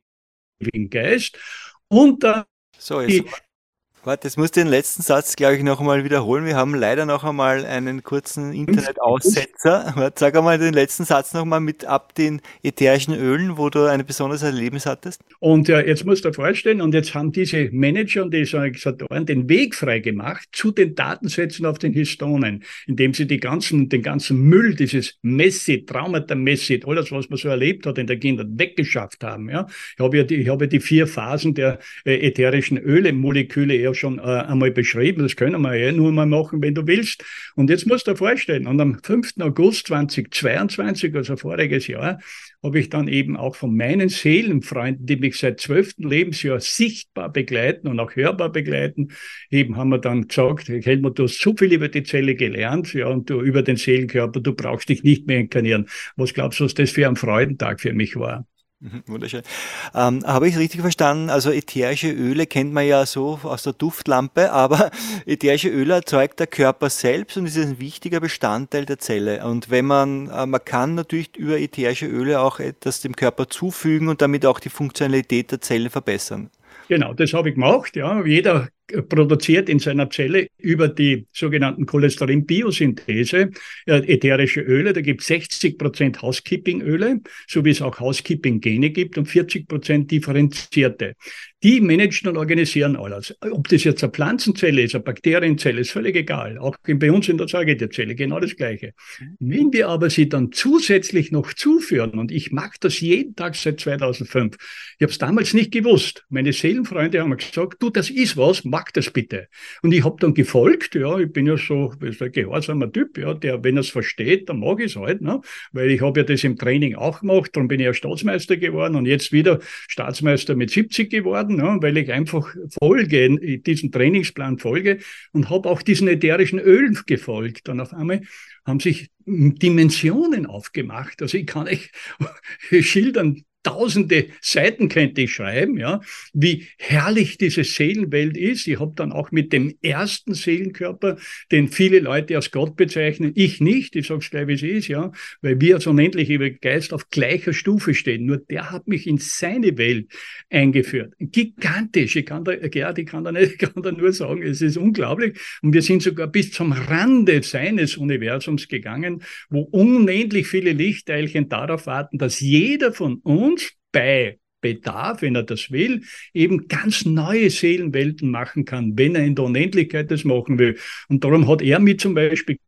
Geist. Und dann So, jetzt Warte, jetzt musst du den letzten Satz, glaube ich, noch einmal wiederholen. Wir haben leider noch einmal einen kurzen Internetaussetzer. Warte, sag einmal den letzten Satz noch mal mit ab den ätherischen Ölen, wo du ein besonderes Erlebnis hattest. Und äh, jetzt musst du dir vorstellen, und jetzt haben diese Manager und diese Organisatoren den Weg frei gemacht zu den Datensätzen auf den Histonen, indem sie die ganzen, den ganzen Müll, dieses Messi, Traumata-Messi, alles, was man so erlebt hat in der Kindheit, weggeschafft haben. Ja? Ich habe ja die, ich habe ja die vier Phasen der äh, ätherischen Öle-Moleküle eher schon äh, einmal beschrieben. Das können wir ja nur mal machen, wenn du willst. Und jetzt musst du dir vorstellen, und am fünften August zweitausendzweiundzwanzig, also voriges Jahr, habe ich dann eben auch von meinen Seelenfreunden, die mich seit zwölften Lebensjahr sichtbar begleiten und auch hörbar begleiten, eben haben wir dann gesagt, Helmut, du hast so viel über die Zelle gelernt, ja, und du über den Seelenkörper, du brauchst dich nicht mehr inkarnieren. Was glaubst du, was das für ein Freudentag für mich war? Wunderschön. Ähm, habe ich es richtig verstanden? Also ätherische Öle kennt man ja so aus der Duftlampe, aber ätherische Öle erzeugt der Körper selbst und ist ein wichtiger Bestandteil der Zelle. Und wenn man, äh, man kann natürlich über ätherische Öle auch etwas dem Körper zufügen und damit auch die Funktionalität der Zelle verbessern. Genau, das habe ich gemacht. Ja, jeder produziert in seiner Zelle über die sogenannten Cholesterin-Biosynthese äh, ätherische Öle. Da gibt es sechzig Prozent Housekeeping-Öle, so wie es auch Housekeeping-Gene gibt und vierzig Prozent differenzierte. Die managen und organisieren alles. Ob das jetzt eine Pflanzenzelle ist, eine Bakterienzelle, ist völlig egal. Auch bei uns in der Säugetierzelle genau das Gleiche. Wenn wir aber sie dann zusätzlich noch zuführen, und ich mache das jeden Tag seit zweitausendfünf, ich habe es damals nicht gewusst. Meine Seelenfreunde haben mir gesagt, du, das ist was, mach das bitte. Und ich habe dann gefolgt, ja, ich bin ja so ein gehorsamer Typ, ja, der, wenn er es versteht, dann mag ich es halt, ne? Weil ich habe ja das im Training auch gemacht, darum bin ich ja Staatsmeister geworden und jetzt wieder Staatsmeister mit siebzig geworden, ne? Weil ich einfach folge, diesen Trainingsplan folge und habe auch diesen ätherischen Ölen gefolgt. Und auf einmal haben sich Dimensionen aufgemacht. Also ich kann euch schildern, tausende Seiten könnte ich schreiben, ja, wie herrlich diese Seelenwelt ist. Ich habe dann auch mit dem ersten Seelenkörper, den viele Leute als Gott bezeichnen, ich nicht, ich sage es gleich, wie es ist, ja, weil wir als unendliche Geist auf gleicher Stufe stehen. Nur der hat mich in seine Welt eingeführt. Gigantisch. Ich kann da, ja, ich kann da nicht, ich kann da nur sagen, es ist unglaublich. Und wir sind sogar bis zum Rande seines Universums gegangen, wo unendlich viele Lichtteilchen darauf warten, dass jeder von uns bei Bedarf, wenn er das will, eben ganz neue Seelenwelten machen kann, wenn er in der Unendlichkeit das machen will. Und darum hat er mich zum Beispiel...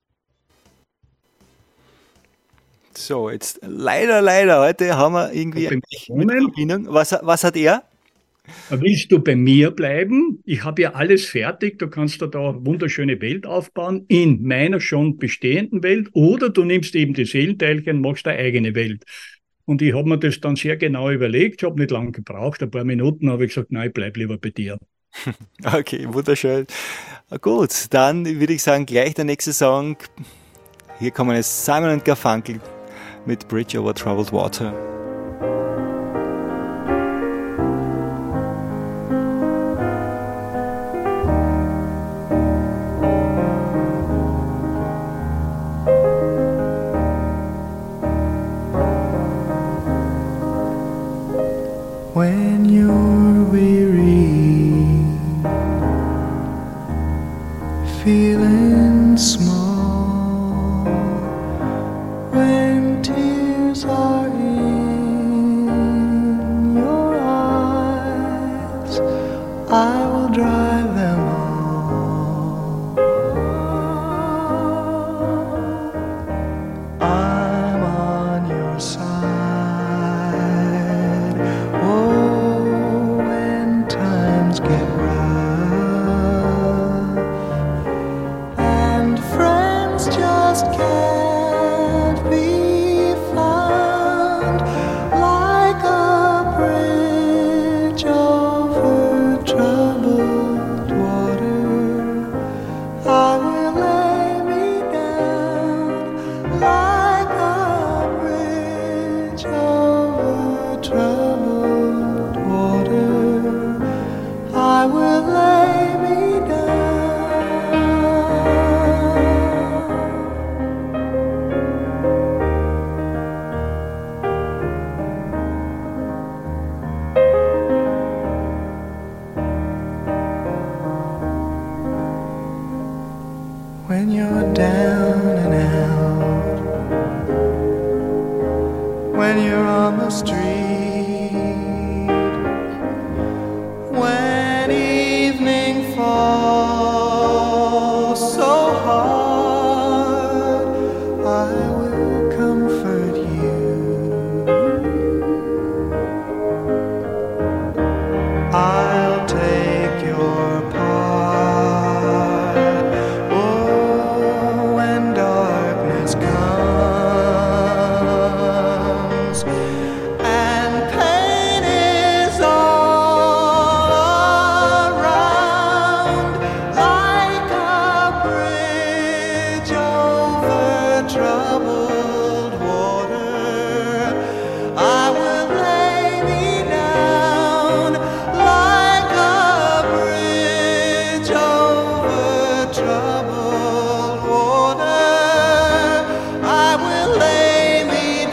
So, jetzt leider, leider, heute haben wir irgendwie eine Verbindung. Was, was hat er? Willst du bei mir bleiben? Ich habe ja alles fertig. Du kannst da, da eine wunderschöne Welt aufbauen in meiner schon bestehenden Welt, oder du nimmst eben die Seelenteilchen und machst deine eigene Welt. Und ich habe mir das dann sehr genau überlegt. Ich habe nicht lange gebraucht, ein paar Minuten habe ich gesagt, nein, ich bleib lieber bei dir. Okay, wunderschön. Gut, dann würde ich sagen, gleich der nächste Song Hier kommen jetzt Simon and Garfunkel mit Bridge over Troubled Water. When you're weary, feeling small, when tears are in your eyes, I will dry them all. I'm on your side. Oh, when times get rough and friends just can't be found, like a bridge over troubled water, I will lay me down, like a bridge over troubled water, I will lay me down. When you're down and out, when you're on the street, when evening falls so hard, I will comfort you. I'll take your part. Oh, when darkness comes and pain is all around, like a bridge over troubled water, I will lay me down, like a bridge over troubled water, I will lay me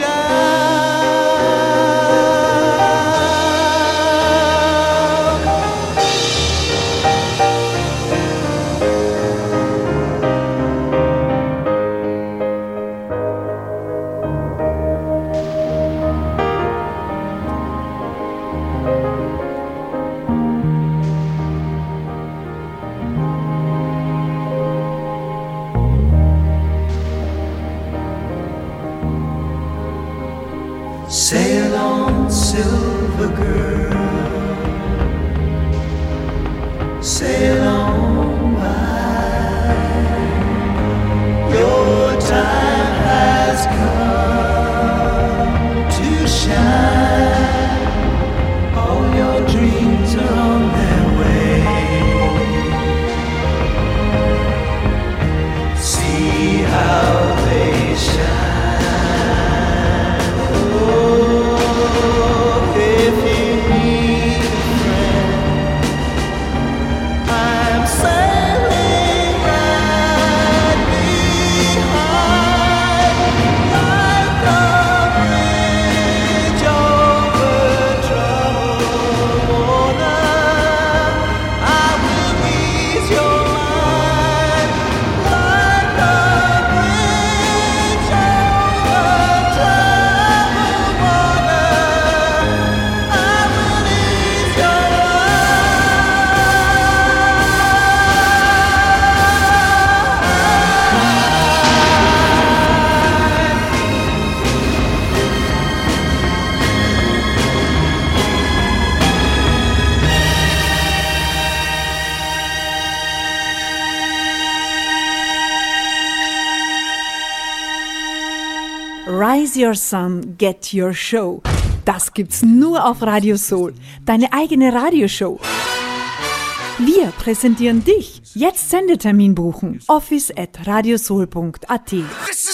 Sail on, silver girl, sail on by. Your time has come to shine. All your dreams are on their way. See how they shine. Oh, if you need a friend, I'm sailing right behind, like a bridge over troubled water. I will ease your mind, like a bridge over troubled water. I will ease your Rise Your Sun, Get Your Show. Das gibt's nur auf Radio Soul. Deine eigene Radioshow. Wir präsentieren dich. Jetzt Sendetermin buchen. office at radiosol punkt at. Yeah,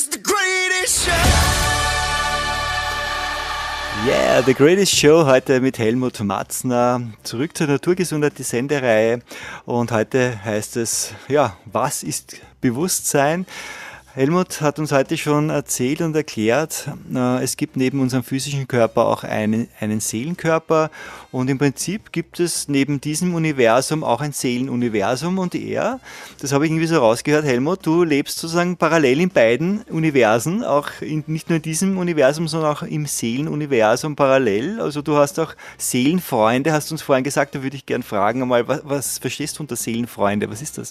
The Greatest Show, heute mit Helmut Matzner. Zurück zur Naturgesundheit, die Sendereihe. Und heute heißt es, ja, was ist Bewusstsein? Helmut hat uns heute schon erzählt und erklärt, äh, es gibt neben unserem physischen Körper auch einen, einen Seelenkörper und im Prinzip gibt es neben diesem Universum auch ein Seelenuniversum und er, das habe ich irgendwie so rausgehört, Helmut, du lebst sozusagen parallel in beiden Universen, auch in, nicht nur in diesem Universum, sondern auch im Seelenuniversum parallel, also du hast auch Seelenfreunde, hast du uns vorhin gesagt, da würde ich gern fragen einmal, was, was verstehst du unter Seelenfreunde, was ist das?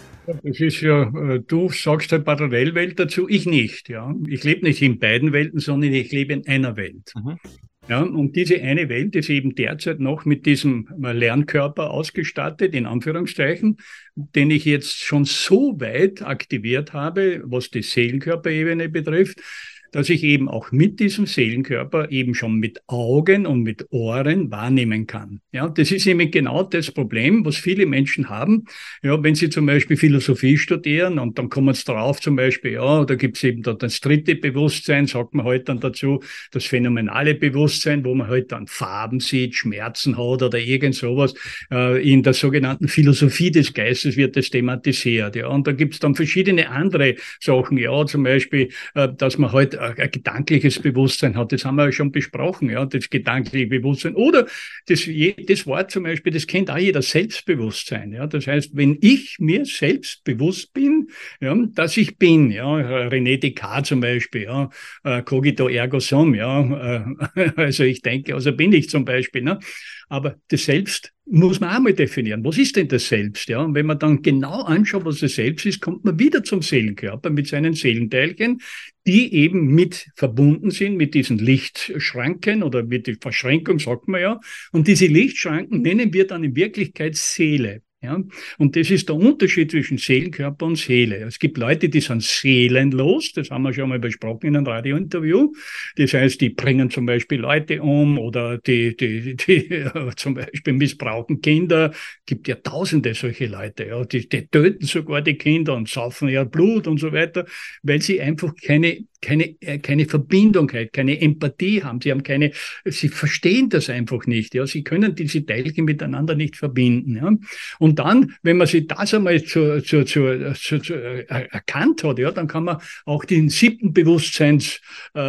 Das ist ja, du sagst halt Parallelwelt dazu, ich nicht. Ja, ich lebe nicht in beiden Welten, sondern ich lebe in einer Welt. Mhm. Ja, und diese eine Welt ist eben derzeit noch mit diesem Lernkörper ausgestattet, in Anführungszeichen, den ich jetzt schon so weit aktiviert habe, was die Seelenkörperebene betrifft, dass ich eben auch mit diesem Seelenkörper eben schon mit Augen und mit Ohren wahrnehmen kann. Ja, das ist nämlich genau das Problem, was viele Menschen haben. Ja, wenn sie zum Beispiel Philosophie studieren und dann kommen sie drauf zum Beispiel, ja, da gibt es eben da das dritte Bewusstsein, sagt man halt dann dazu, das phänomenale Bewusstsein, wo man halt dann Farben sieht, Schmerzen hat oder irgend sowas. Äh, in der sogenannten Philosophie des Geistes wird das thematisiert. Ja, und da gibt es dann verschiedene andere Sachen. Ja, zum Beispiel, äh, dass man halt ein gedankliches Bewusstsein hat, das haben wir ja schon besprochen, ja, das gedankliche Bewusstsein. Oder das, das Wort zum Beispiel, das kennt auch jeder, Selbstbewusstsein. Ja, das heißt, wenn ich mir selbst bewusst bin, ja, dass ich bin, ja, René Descartes zum Beispiel, ja, cogito ergo sum, ja, also ich denke, also bin ich zum Beispiel, ne? Aber das Selbst muss man auch mal definieren. Was ist denn das Selbst? Ja, und wenn man dann genau anschaut, was das Selbst ist, kommt man wieder zum Seelenkörper mit seinen Seelenteilchen, die eben mit verbunden sind mit diesen Lichtschranken oder mit der Verschränkung, sagt man ja. Und diese Lichtschranken nennen wir dann in Wirklichkeit Seele. Ja, und das ist der Unterschied zwischen Seelenkörper und Seele. Es gibt Leute, die sind seelenlos, das haben wir schon mal besprochen in einem Radiointerview. Das heißt, die bringen zum Beispiel Leute um oder die, die, die, die zum Beispiel missbrauchen Kinder. Gibt ja tausende solche Leute, ja, die, die töten sogar die Kinder und saufen ihr Blut und so weiter, weil sie einfach keine keine keine Verbindung, keine Empathie haben. Sie haben keine, sie verstehen das einfach nicht. Ja, sie können diese Teilchen miteinander nicht verbinden. Ja, und dann, wenn man sich das einmal zu, zu, zu, zu, zu äh, erkannt hat, ja, dann kann man auch den siebten Bewusstseinszustand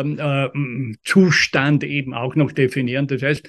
ähm, äh, eben auch noch definieren. Das heißt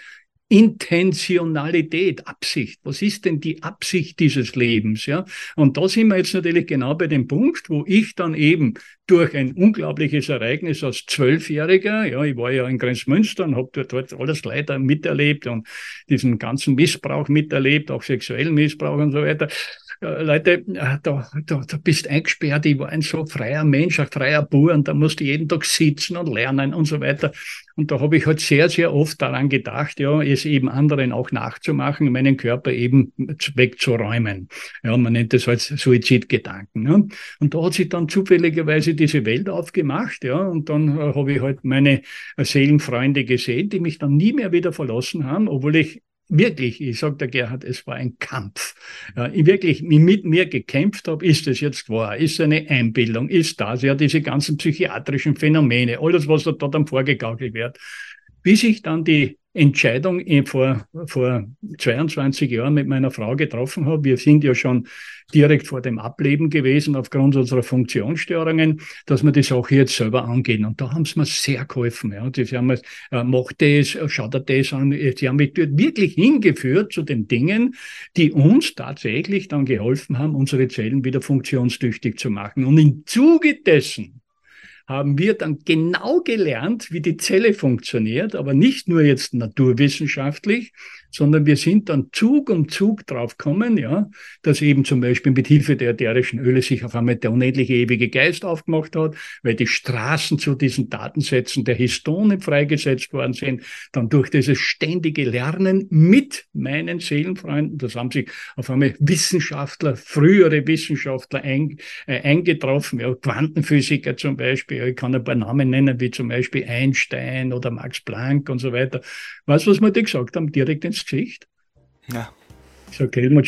Intentionalität, Absicht. Was ist denn die Absicht dieses Lebens? Ja? Und da sind wir jetzt natürlich genau bei dem Punkt, wo ich dann eben durch ein unglaubliches Ereignis als Zwölfjähriger, ja, ich war ja in Grenzmünster und habe dort, dort alles leider miterlebt und diesen ganzen Missbrauch miterlebt, auch sexuellen Missbrauch und so weiter. Äh, Leute, äh, da, da, da bist eingesperrt, ich war ein so freier Mensch, ein freier Bauer und da musste ich jeden Tag sitzen und lernen und so weiter. Und da habe ich halt sehr, sehr oft daran gedacht, ja, es eben anderen auch nachzumachen, meinen Körper eben wegzuräumen. Ja, man nennt das halt Suizidgedanken. Ja. Und da hat sich dann zufälligerweise diese Welt aufgemacht, ja, und dann äh, habe ich halt meine äh, Seelenfreunde gesehen, die mich dann nie mehr wieder verlassen haben, obwohl ich wirklich, ich sage der Gerhard, es war ein Kampf. Ja, ich wirklich mit mir gekämpft habe, ist es jetzt wahr, ist es eine Einbildung, ist das, ja, diese ganzen psychiatrischen Phänomene, alles, was da dann vorgegaukelt wird. Bis ich dann die Entscheidung vor, vor zweiundzwanzig Jahren mit meiner Frau getroffen habe. Wir sind ja schon direkt vor dem Ableben gewesen aufgrund unserer Funktionsstörungen, dass wir die Sache jetzt selber angehen. Und da haben sie mir sehr geholfen. Ja. Die haben mir, äh, mach das, schau dir das an. Sie haben mich wirklich hingeführt zu den Dingen, die uns tatsächlich dann geholfen haben, unsere Zellen wieder funktionstüchtig zu machen. Und im Zuge dessen haben wir dann genau gelernt, wie die Zelle funktioniert, aber nicht nur jetzt naturwissenschaftlich, sondern wir sind dann Zug um Zug drauf gekommen, ja, dass eben zum Beispiel mit Hilfe der ätherischen Öle sich auf einmal der unendliche ewige Geist aufgemacht hat, weil die Straßen zu diesen Datensätzen der Histone freigesetzt worden sind, dann durch dieses ständige Lernen mit meinen Seelenfreunden, das haben sich auf einmal Wissenschaftler, frühere Wissenschaftler ein, äh, eingetroffen, ja, Quantenphysiker zum Beispiel, ich kann ein paar Namen nennen, wie zum Beispiel Einstein oder Max Planck und so weiter. Weißt du, was wir die gesagt haben? Direkt ins Gesicht. Ja. Ich sage, Helmut, schau,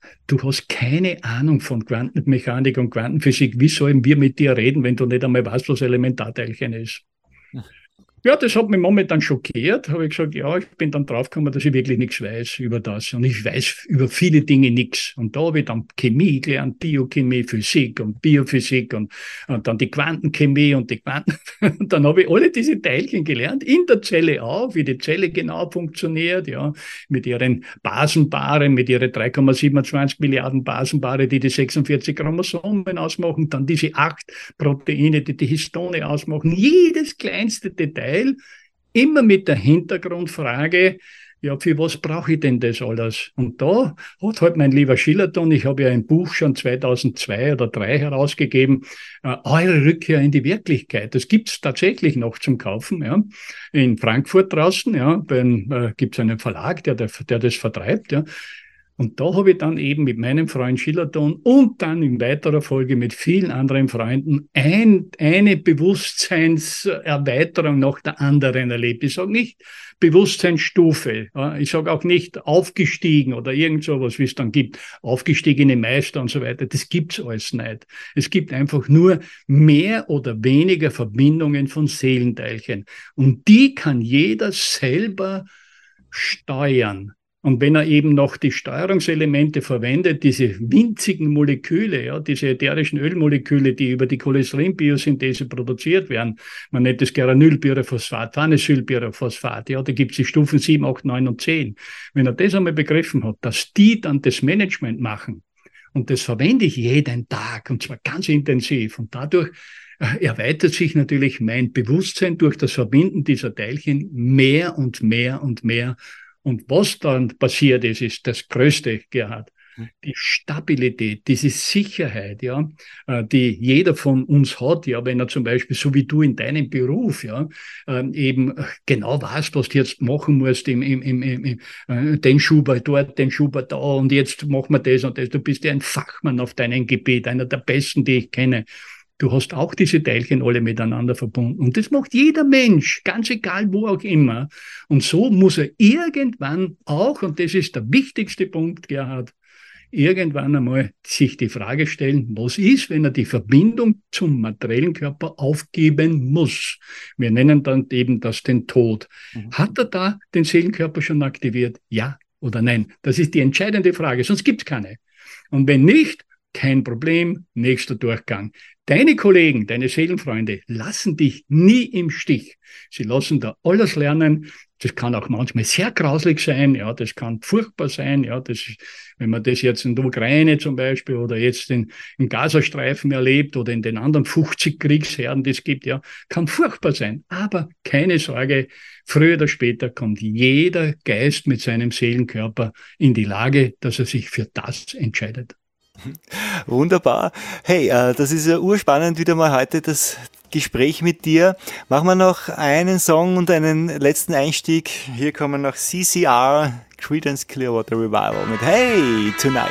du hast keine Ahnung von Quantenmechanik und Quantenphysik. Wie sollen wir mit dir reden, wenn du nicht einmal weißt, was Elementarteilchen ist? Ja, das hat mich momentan schockiert. Habe ich gesagt, ja, ich bin dann draufgekommen, dass ich wirklich nichts weiß über das. Und ich weiß über viele Dinge nichts. Und da habe ich dann Chemie gelernt, Biochemie, Physik und Biophysik und, und dann die Quantenchemie und die Quanten. Und dann habe ich alle diese Teilchen gelernt, in der Zelle auch, wie die Zelle genau funktioniert, ja, mit ihren Basenpaaren, mit ihren drei Komma siebenundzwanzig Milliarden Basenpaare, die die sechsundvierzig Chromosomen ausmachen, dann diese acht Proteine, die die Histone ausmachen, jedes kleinste Detail. Immer mit der Hintergrundfrage, ja, für was brauche ich denn das alles? Und da hat halt mein lieber Schillerton, ich habe ja ein Buch schon zweitausendzwei oder zweitausenddrei herausgegeben, äh, Eure Rückkehr in die Wirklichkeit. Das gibt's tatsächlich noch zum Kaufen, ja, in Frankfurt draußen, ja, äh, gibt's einen Verlag, der, der, der das vertreibt, ja. Und da habe ich dann eben mit meinem Freund Schillerton und dann in weiterer Folge mit vielen anderen Freunden ein, eine Bewusstseinserweiterung nach der anderen erlebt. Ich sage nicht Bewusstseinsstufe, ja, ich sage auch nicht aufgestiegen oder irgend sowas, wie es dann gibt, aufgestiegene Meister und so weiter. Das gibt's alles nicht. Es gibt einfach nur mehr oder weniger Verbindungen von Seelenteilchen. Und die kann jeder selber steuern. Und wenn er eben noch die Steuerungselemente verwendet, diese winzigen Moleküle, ja, diese ätherischen Ölmoleküle, die über die Cholesterinbiosynthese produziert werden, man nennt das Geranylpyrophosphat, Phanesylpyrophosphat, ja, da gibt es die Stufen sieben, acht, neun und zehn. Wenn er das einmal begriffen hat, dass die dann das Management machen, und das verwende ich jeden Tag, und zwar ganz intensiv, und dadurch erweitert sich natürlich mein Bewusstsein durch das Verbinden dieser Teilchen mehr und mehr und mehr. Und was dann passiert ist, ist das Größte, Gerhard. Die Stabilität, diese Sicherheit, ja, die jeder von uns hat, ja, wenn er zum Beispiel, so wie du in deinem Beruf, ja, eben genau weißt, was du jetzt machen musst, im, im, im, im, den Schuber dort, den Schuber da, und jetzt machen wir das und das. Du bist ja ein Fachmann auf deinem Gebiet, einer der besten, die ich kenne. Du hast auch diese Teilchen alle miteinander verbunden. Und das macht jeder Mensch, ganz egal wo auch immer. Und so muss er irgendwann auch, und das ist der wichtigste Punkt, Gerhard, irgendwann einmal sich die Frage stellen, was ist, wenn er die Verbindung zum materiellen Körper aufgeben muss? Wir nennen dann eben das den Tod. Mhm. Hat er da den Seelenkörper schon aktiviert? Ja oder nein? Das ist die entscheidende Frage, sonst gibt es keine. Und wenn nicht, kein Problem, nächster Durchgang. Deine Kollegen, deine Seelenfreunde lassen dich nie im Stich. Sie lassen da alles lernen. Das kann auch manchmal sehr grauslig sein, ja, das kann furchtbar sein, ja, das, wenn man das jetzt in der Ukraine zum Beispiel oder jetzt in, im Gazastreifen erlebt oder in den anderen fünfzig Kriegsherden, die es gibt, ja, kann furchtbar sein. Aber keine Sorge, früher oder später kommt jeder Geist mit seinem Seelenkörper in die Lage, dass er sich für das entscheidet. Wunderbar. Hey, äh, das ist ja urspannend wieder mal heute das Gespräch mit dir. Machen wir noch einen Song und einen letzten Einstieg. Hier kommen noch C C R, Creedence Clearwater Revival mit Hey Tonight.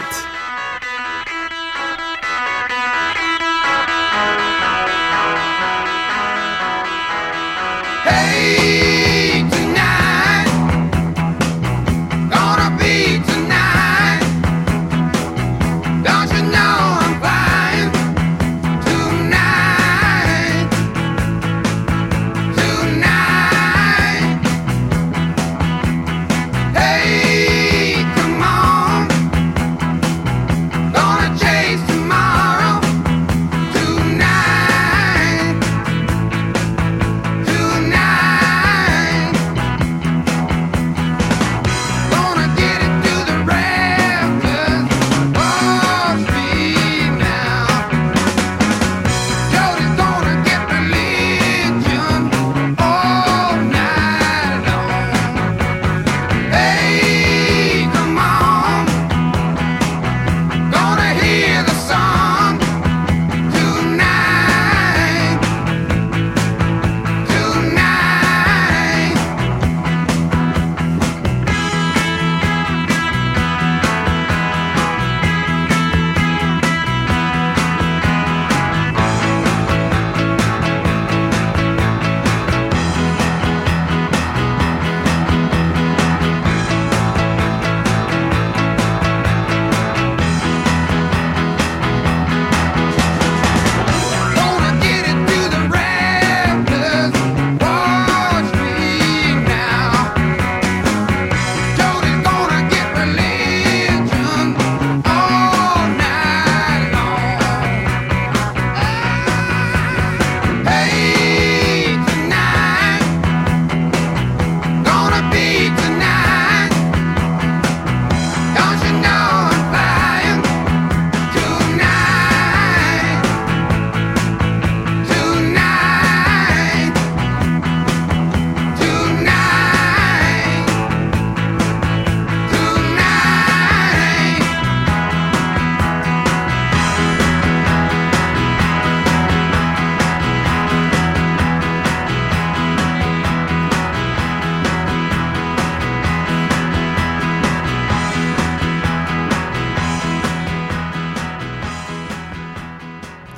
Hey, come on.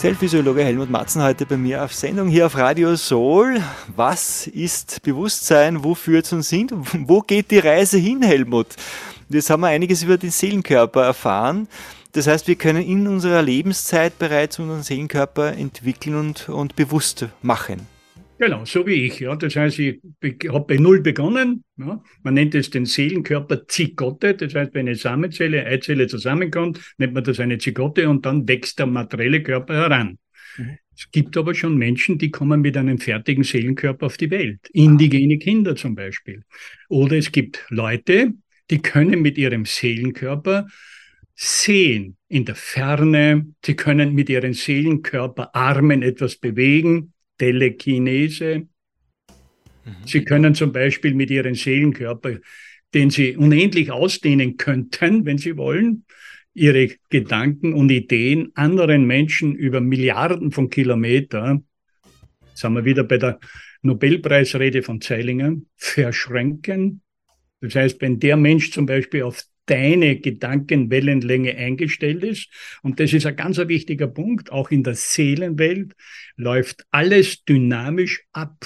Zellphysiologe Helmut Matzen heute bei mir auf Sendung hier auf Radio Soul. Was ist Bewusstsein? Wo führt es uns hin? Wo geht die Reise hin, Helmut? Jetzt haben wir einiges über den Seelenkörper erfahren. Das heißt, wir können in unserer Lebenszeit bereits unseren Seelenkörper entwickeln und, und bewusst machen. Genau, so wie ich. Ja. Das heißt, ich habe bei Null begonnen. Ja. Man nennt es den Seelenkörper Zygote. Das heißt, wenn eine Samenzelle, eine Eizelle zusammenkommt, nennt man das eine Zygote und dann wächst der materielle Körper heran. Mhm. Es gibt aber schon Menschen, die kommen mit einem fertigen Seelenkörper auf die Welt. Indigene Kinder zum Beispiel. Oder es gibt Leute, die können mit ihrem Seelenkörper sehen in der Ferne. Sie können mit ihren Seelenkörperarmen etwas bewegen. Telekinese. Mhm. Sie können zum Beispiel mit ihrem Seelenkörper, den sie unendlich ausdehnen könnten, wenn sie wollen, ihre Gedanken und Ideen anderen Menschen über Milliarden von Kilometern, sind wir wieder bei der Nobelpreisrede von Zeilinger, verschränken. Das heißt, wenn der Mensch zum Beispiel auf deine Gedankenwellenlänge eingestellt ist. Und das ist ein ganz ein wichtiger Punkt. Auch in der Seelenwelt läuft alles dynamisch ab.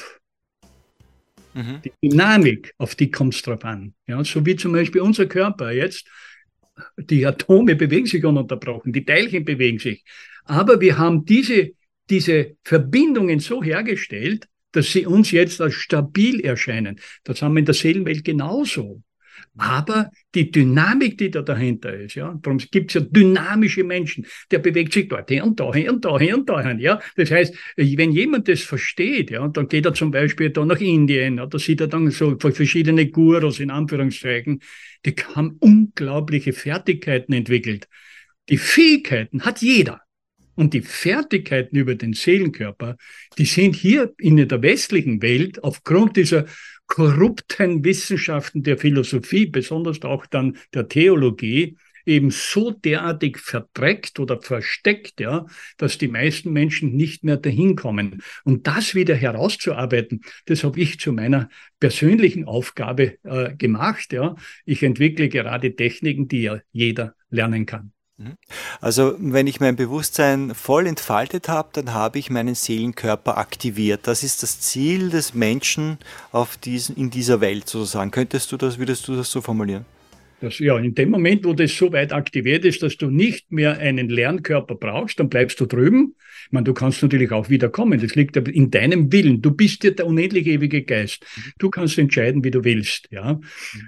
Mhm. Die Dynamik, auf die kommt es drauf an. Ja, so wie zum Beispiel unser Körper jetzt. Die Atome bewegen sich ununterbrochen, die Teilchen bewegen sich. Aber wir haben diese, diese Verbindungen so hergestellt, dass sie uns jetzt als stabil erscheinen. Das haben wir in der Seelenwelt genauso. Aber die Dynamik, die da dahinter ist, ja, darum gibt es ja dynamische Menschen, der bewegt sich dort hin und da hin und da hin und da hin, ja. Das heißt, wenn jemand das versteht, ja, dann geht er zum Beispiel da nach Indien, ja, da sieht er dann so verschiedene Gurus in Anführungszeichen, die haben unglaubliche Fertigkeiten entwickelt. Die Fähigkeiten hat jeder. Und die Fertigkeiten über den Seelenkörper, die sind hier in der westlichen Welt aufgrund dieser korrupten Wissenschaften der Philosophie, besonders auch dann der Theologie, eben so derartig verdreckt oder versteckt, ja, dass die meisten Menschen nicht mehr dahin kommen. Und das wieder herauszuarbeiten, das habe ich zu meiner persönlichen Aufgabe äh, gemacht. Ja. Ich entwickle gerade Techniken, die ja jeder lernen kann. Also wenn ich mein Bewusstsein voll entfaltet habe, dann habe ich meinen Seelenkörper aktiviert. Das ist das Ziel des Menschen auf diesen, in dieser Welt sozusagen. Könntest du das, würdest du das so formulieren? Das, ja, in dem Moment, wo das so weit aktiviert ist, dass du nicht mehr einen Lernkörper brauchst, dann bleibst du drüben. Ich meine, du kannst natürlich auch wieder kommen. Das liegt aber in deinem Willen. Du bist ja der unendlich ewige Geist. Du kannst entscheiden, wie du willst, ja,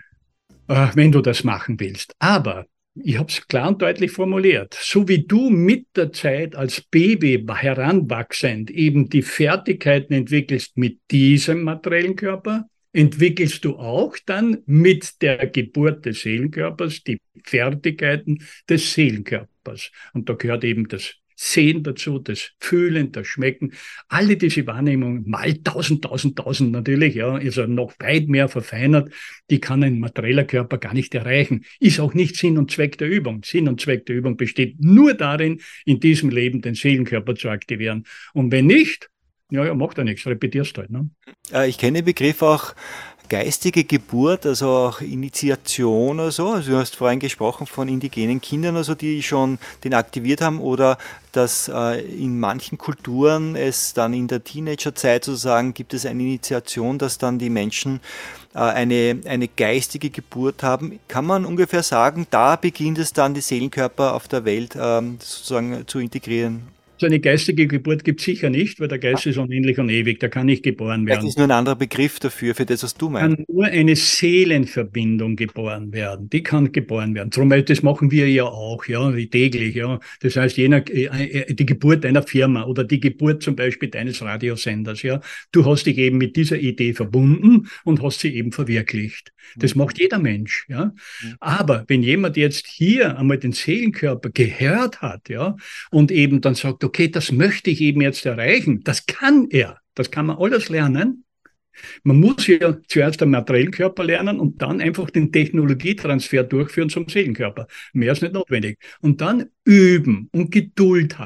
äh, wenn du das machen willst. Aber ich habe es klar und deutlich formuliert. So wie du mit der Zeit als Baby heranwachsend eben die Fertigkeiten entwickelst mit diesem materiellen Körper, entwickelst du auch dann mit der Geburt des Seelenkörpers die Fertigkeiten des Seelenkörpers. Und da gehört eben das Sehen dazu, das Fühlen, das Schmecken, alle diese Wahrnehmungen, mal tausend, tausend, tausend natürlich, ja, ist ja noch weit mehr verfeinert, die kann ein materieller Körper gar nicht erreichen. Ist auch nicht Sinn und Zweck der Übung. Sinn und Zweck der Übung besteht nur darin, in diesem Leben den Seelenkörper zu aktivieren. Und wenn nicht, ja, ja, macht ja nichts, repetierst halt. Ne? Ich kenne den Begriff auch geistige Geburt, also auch Initiation oder so. Also du hast vorhin gesprochen von indigenen Kindern, also die schon den aktiviert haben, oder dass äh, in manchen Kulturen es dann in der Teenagerzeit sozusagen gibt es eine Initiation, dass dann die Menschen äh, eine, eine geistige Geburt haben. Kann man ungefähr sagen, da beginnt es dann, die Seelenkörper auf der Welt ähm, sozusagen zu integrieren? So eine geistige Geburt gibt es sicher nicht, weil der Geist ist unendlich und ewig, der kann nicht geboren werden. Das ist nur ein anderer Begriff dafür, für das, was du meinst. Kann nur eine Seelenverbindung geboren werden, die kann geboren werden. Darum, das machen wir ja auch, ja, täglich, ja. Das heißt, jener, die Geburt einer Firma oder die Geburt zum Beispiel deines Radiosenders, ja. Du hast dich eben mit dieser Idee verbunden und hast sie eben verwirklicht. Das macht jeder Mensch, ja. Aber wenn jemand jetzt hier einmal den Seelenkörper gehört hat, ja, und eben dann sagt, okay, das möchte ich eben jetzt erreichen. Das kann er. Das kann man alles lernen. Man muss ja zuerst den materiellen Körper lernen und dann einfach den Technologietransfer durchführen zum Seelenkörper. Mehr ist nicht notwendig. Und dann üben und Geduld haben.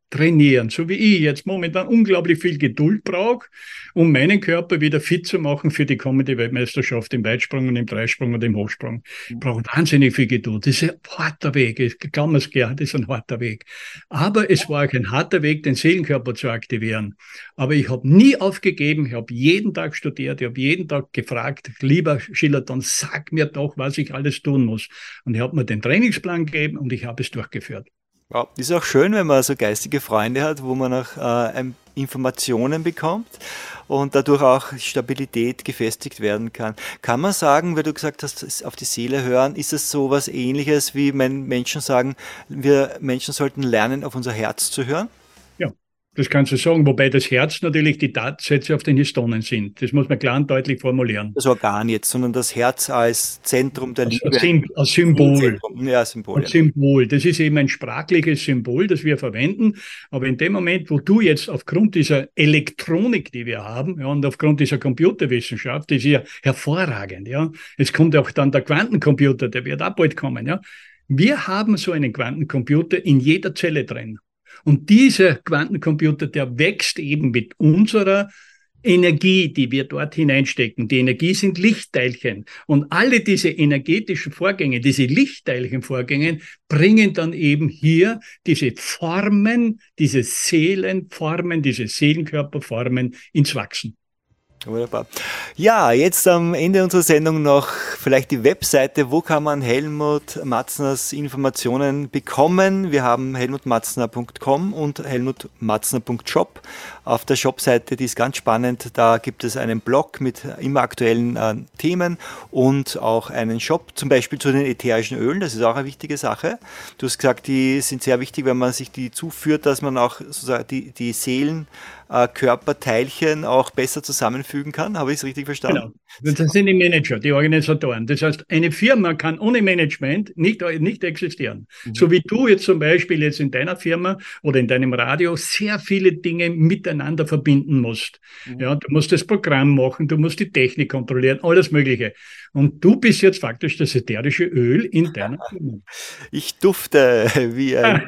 trainieren, so wie ich jetzt momentan unglaublich viel Geduld brauche, um meinen Körper wieder fit zu machen für die kommende Weltmeisterschaft im Weitsprung und im Dreisprung und im Hochsprung. Ich brauche wahnsinnig viel Geduld. Das ist ein harter Weg. Ich glaube mir's gern, das ist ein harter Weg. Aber es war auch ein harter Weg, den Seelenkörper zu aktivieren. Aber ich habe nie aufgegeben. Ich habe jeden Tag studiert. Ich habe jeden Tag gefragt, lieber Schillerton, sag mir doch, was ich alles tun muss. Und ich habe mir den Trainingsplan gegeben und ich habe es durchgeführt. Ja, ist auch schön, wenn man so geistige Freunde hat, wo man auch äh, Informationen bekommt und dadurch auch Stabilität gefestigt werden kann. Kann man sagen, weil du gesagt hast, auf die Seele hören, ist es so was Ähnliches, wie wenn Menschen sagen, wir Menschen sollten lernen, auf unser Herz zu hören? Ja, das kannst du sagen, wobei das Herz natürlich die Tatsätze auf den Histonen sind. Das muss man klar und deutlich formulieren. Das Organ jetzt, sondern das Herz als Zentrum der Liebe. Als, Sym als Symbol. Ja, Symbol. Als Symbol. Das ist eben ein sprachliches Symbol, das wir verwenden. Aber in dem Moment, wo du jetzt aufgrund dieser Elektronik, die wir haben, ja, und aufgrund dieser Computerwissenschaft, das ist ja hervorragend, ja. Jetzt kommt auch dann der Quantencomputer, der wird auch bald kommen, ja. Wir haben so einen Quantencomputer in jeder Zelle drin. Und dieser Quantencomputer, der wächst eben mit unserer Energie, die wir dort hineinstecken. Die Energie sind Lichtteilchen. Und alle diese energetischen Vorgänge, diese Lichtteilchenvorgänge, bringen dann eben hier diese Formen, diese Seelenformen, diese Seelenkörperformen ins Wachsen. Wunderbar. Ja, jetzt am Ende unserer Sendung noch vielleicht die Webseite. Wo kann man Helmut Matzners Informationen bekommen? Wir haben helmut matzner punkt com und helmut matzner punkt shop. Auf der Shopseite, die ist ganz spannend, da gibt es einen Blog mit immer aktuellen äh, Themen und auch einen Shop, zum Beispiel zu den ätherischen Ölen, das ist auch eine wichtige Sache. Du hast gesagt, die sind sehr wichtig, wenn man sich die zuführt, dass man auch sozusagen die, die Seelen äh, Körperteilchen auch besser zusammenfügen kann. Habe ich es richtig verstanden? Genau. Das sind die Manager, die Organisatoren. Das heißt, eine Firma kann ohne Management nicht, nicht existieren. Mhm. So wie du jetzt zum Beispiel jetzt in deiner Firma oder in deinem Radio sehr viele Dinge miteinander verbinden musst. Mhm. Ja, du musst das Programm machen, du musst die Technik kontrollieren, alles Mögliche. Und du bist jetzt faktisch das ätherische Öl in deiner Firma. Ich dufte wie ein,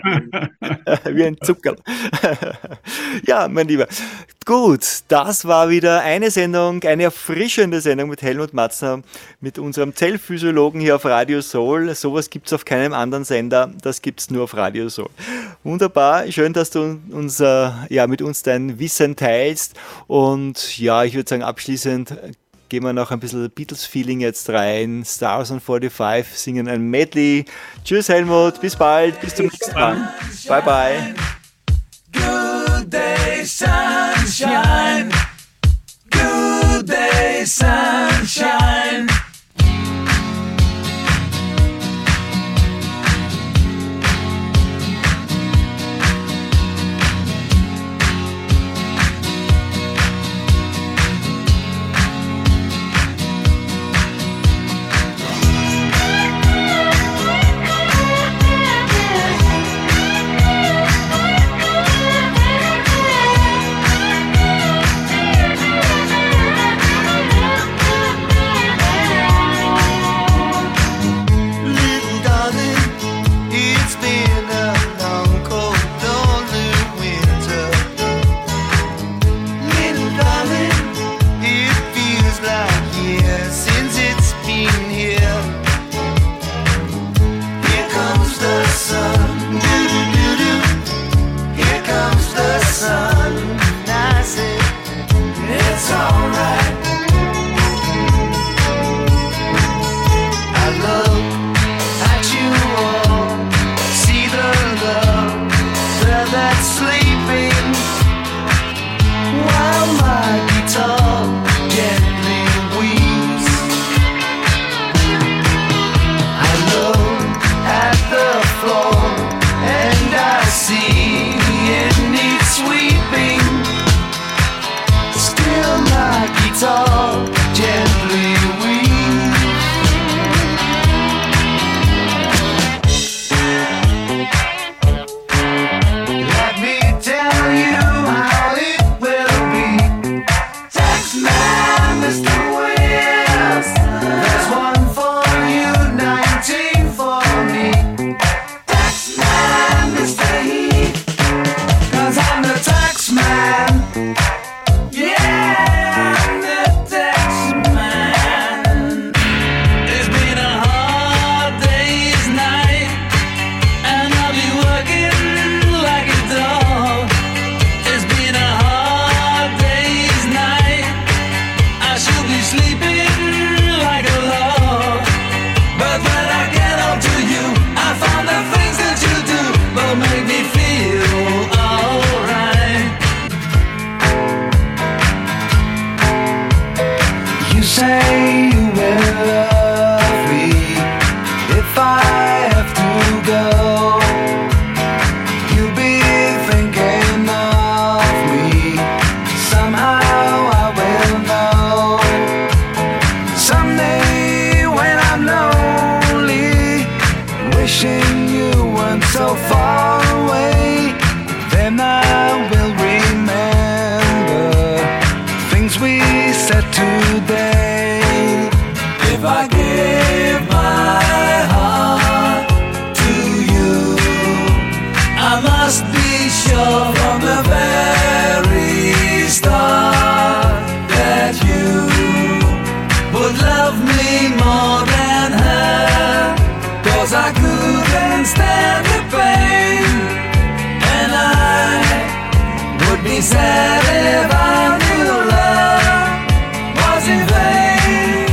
wie ein Zucker. Ja, mein Lieber. Gut, das war wieder eine Sendung, eine erfrischende Sendung mit Helmut Matzner, mit unserem Zellphysiologen hier auf Radio Soul. Sowas gibt es auf keinem anderen Sender, das gibt es nur auf Radio Soul. Wunderbar, schön, dass du uns, äh, ja, mit uns dein Wissen teilst. Und ja, ich würde sagen, abschließend gehen wir noch ein bisschen Beatles-Feeling jetzt rein. Stars on forty-five singen ein Medley. Tschüss Helmut, bis bald, bis zum nächsten Mal. Bye bye. Good day, sunshine. Good day, sunshine. I have to go, you'll be thinking of me. Somehow I will know. Someday when I'm lonely, wishing you weren't so far away, then I will remember things we said today. If I give my heart to you, I must be sure from the very start that you would love me more than her. 'Cause I couldn't stand the pain, and I would be sad if I knew love was in vain.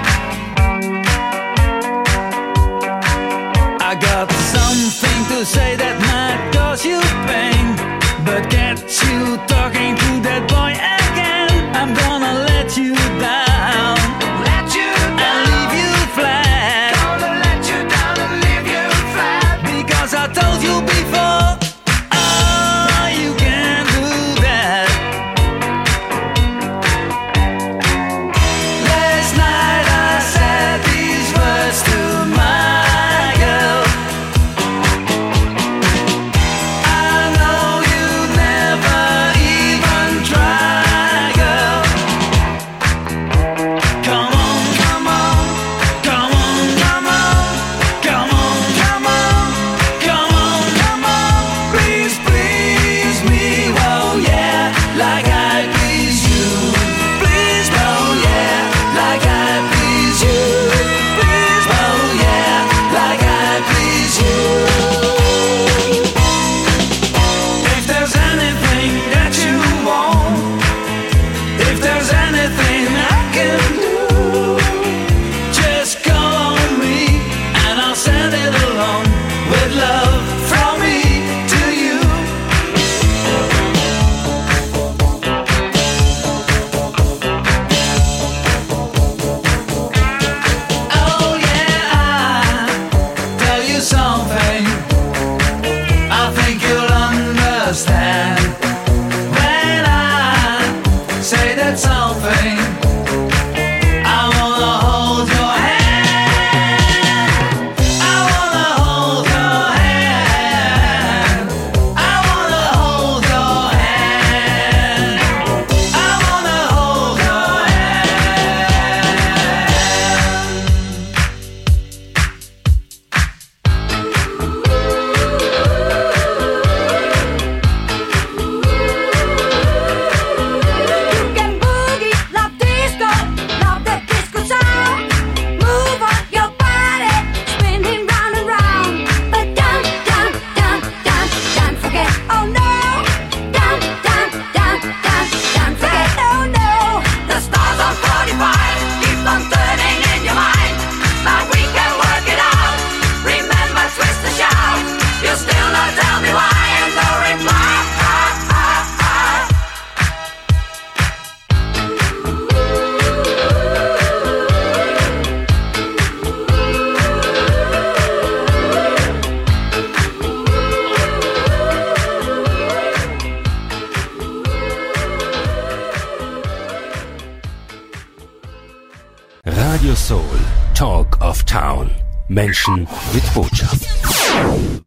I got something to say that might cause you pain, but get you talking to that boy again, I'm gonna let you down, let you down, and leave you flat. Gonna let you down and leave you flat, because I told you before, oh, you can't do that. Last night I said these words to my girl. I know you never even try, girl. Come on, come on, come on, come on, come on, come on, come on, come on. Please, please me, oh yeah, like I please you. Please, oh yeah, like I please you. Please, oh yeah, like I please you. If there's anything that you want, if there's anything I can do, just call on me and I'll send it along with love from me to you. Oh yeah, I'll tell you something I think you'll understand when I say that something. I wanna hold your hand. I wanna hold your hand. I wanna hold your hand. I wanna hold your You can boogie, love disco, love the disco sound. Move on your body, spinning round and round. But don't, don't, don't, don't, don't forget, oh no. Don't, don't, don't, don't, don't forget, oh no. The stars on forty-five keep on turning in your mind, but we can work it out. Remember, twist the shout. You still not tell me why, and no reply. Radio Soul, Talk of Town. Menschen mit Botschaft.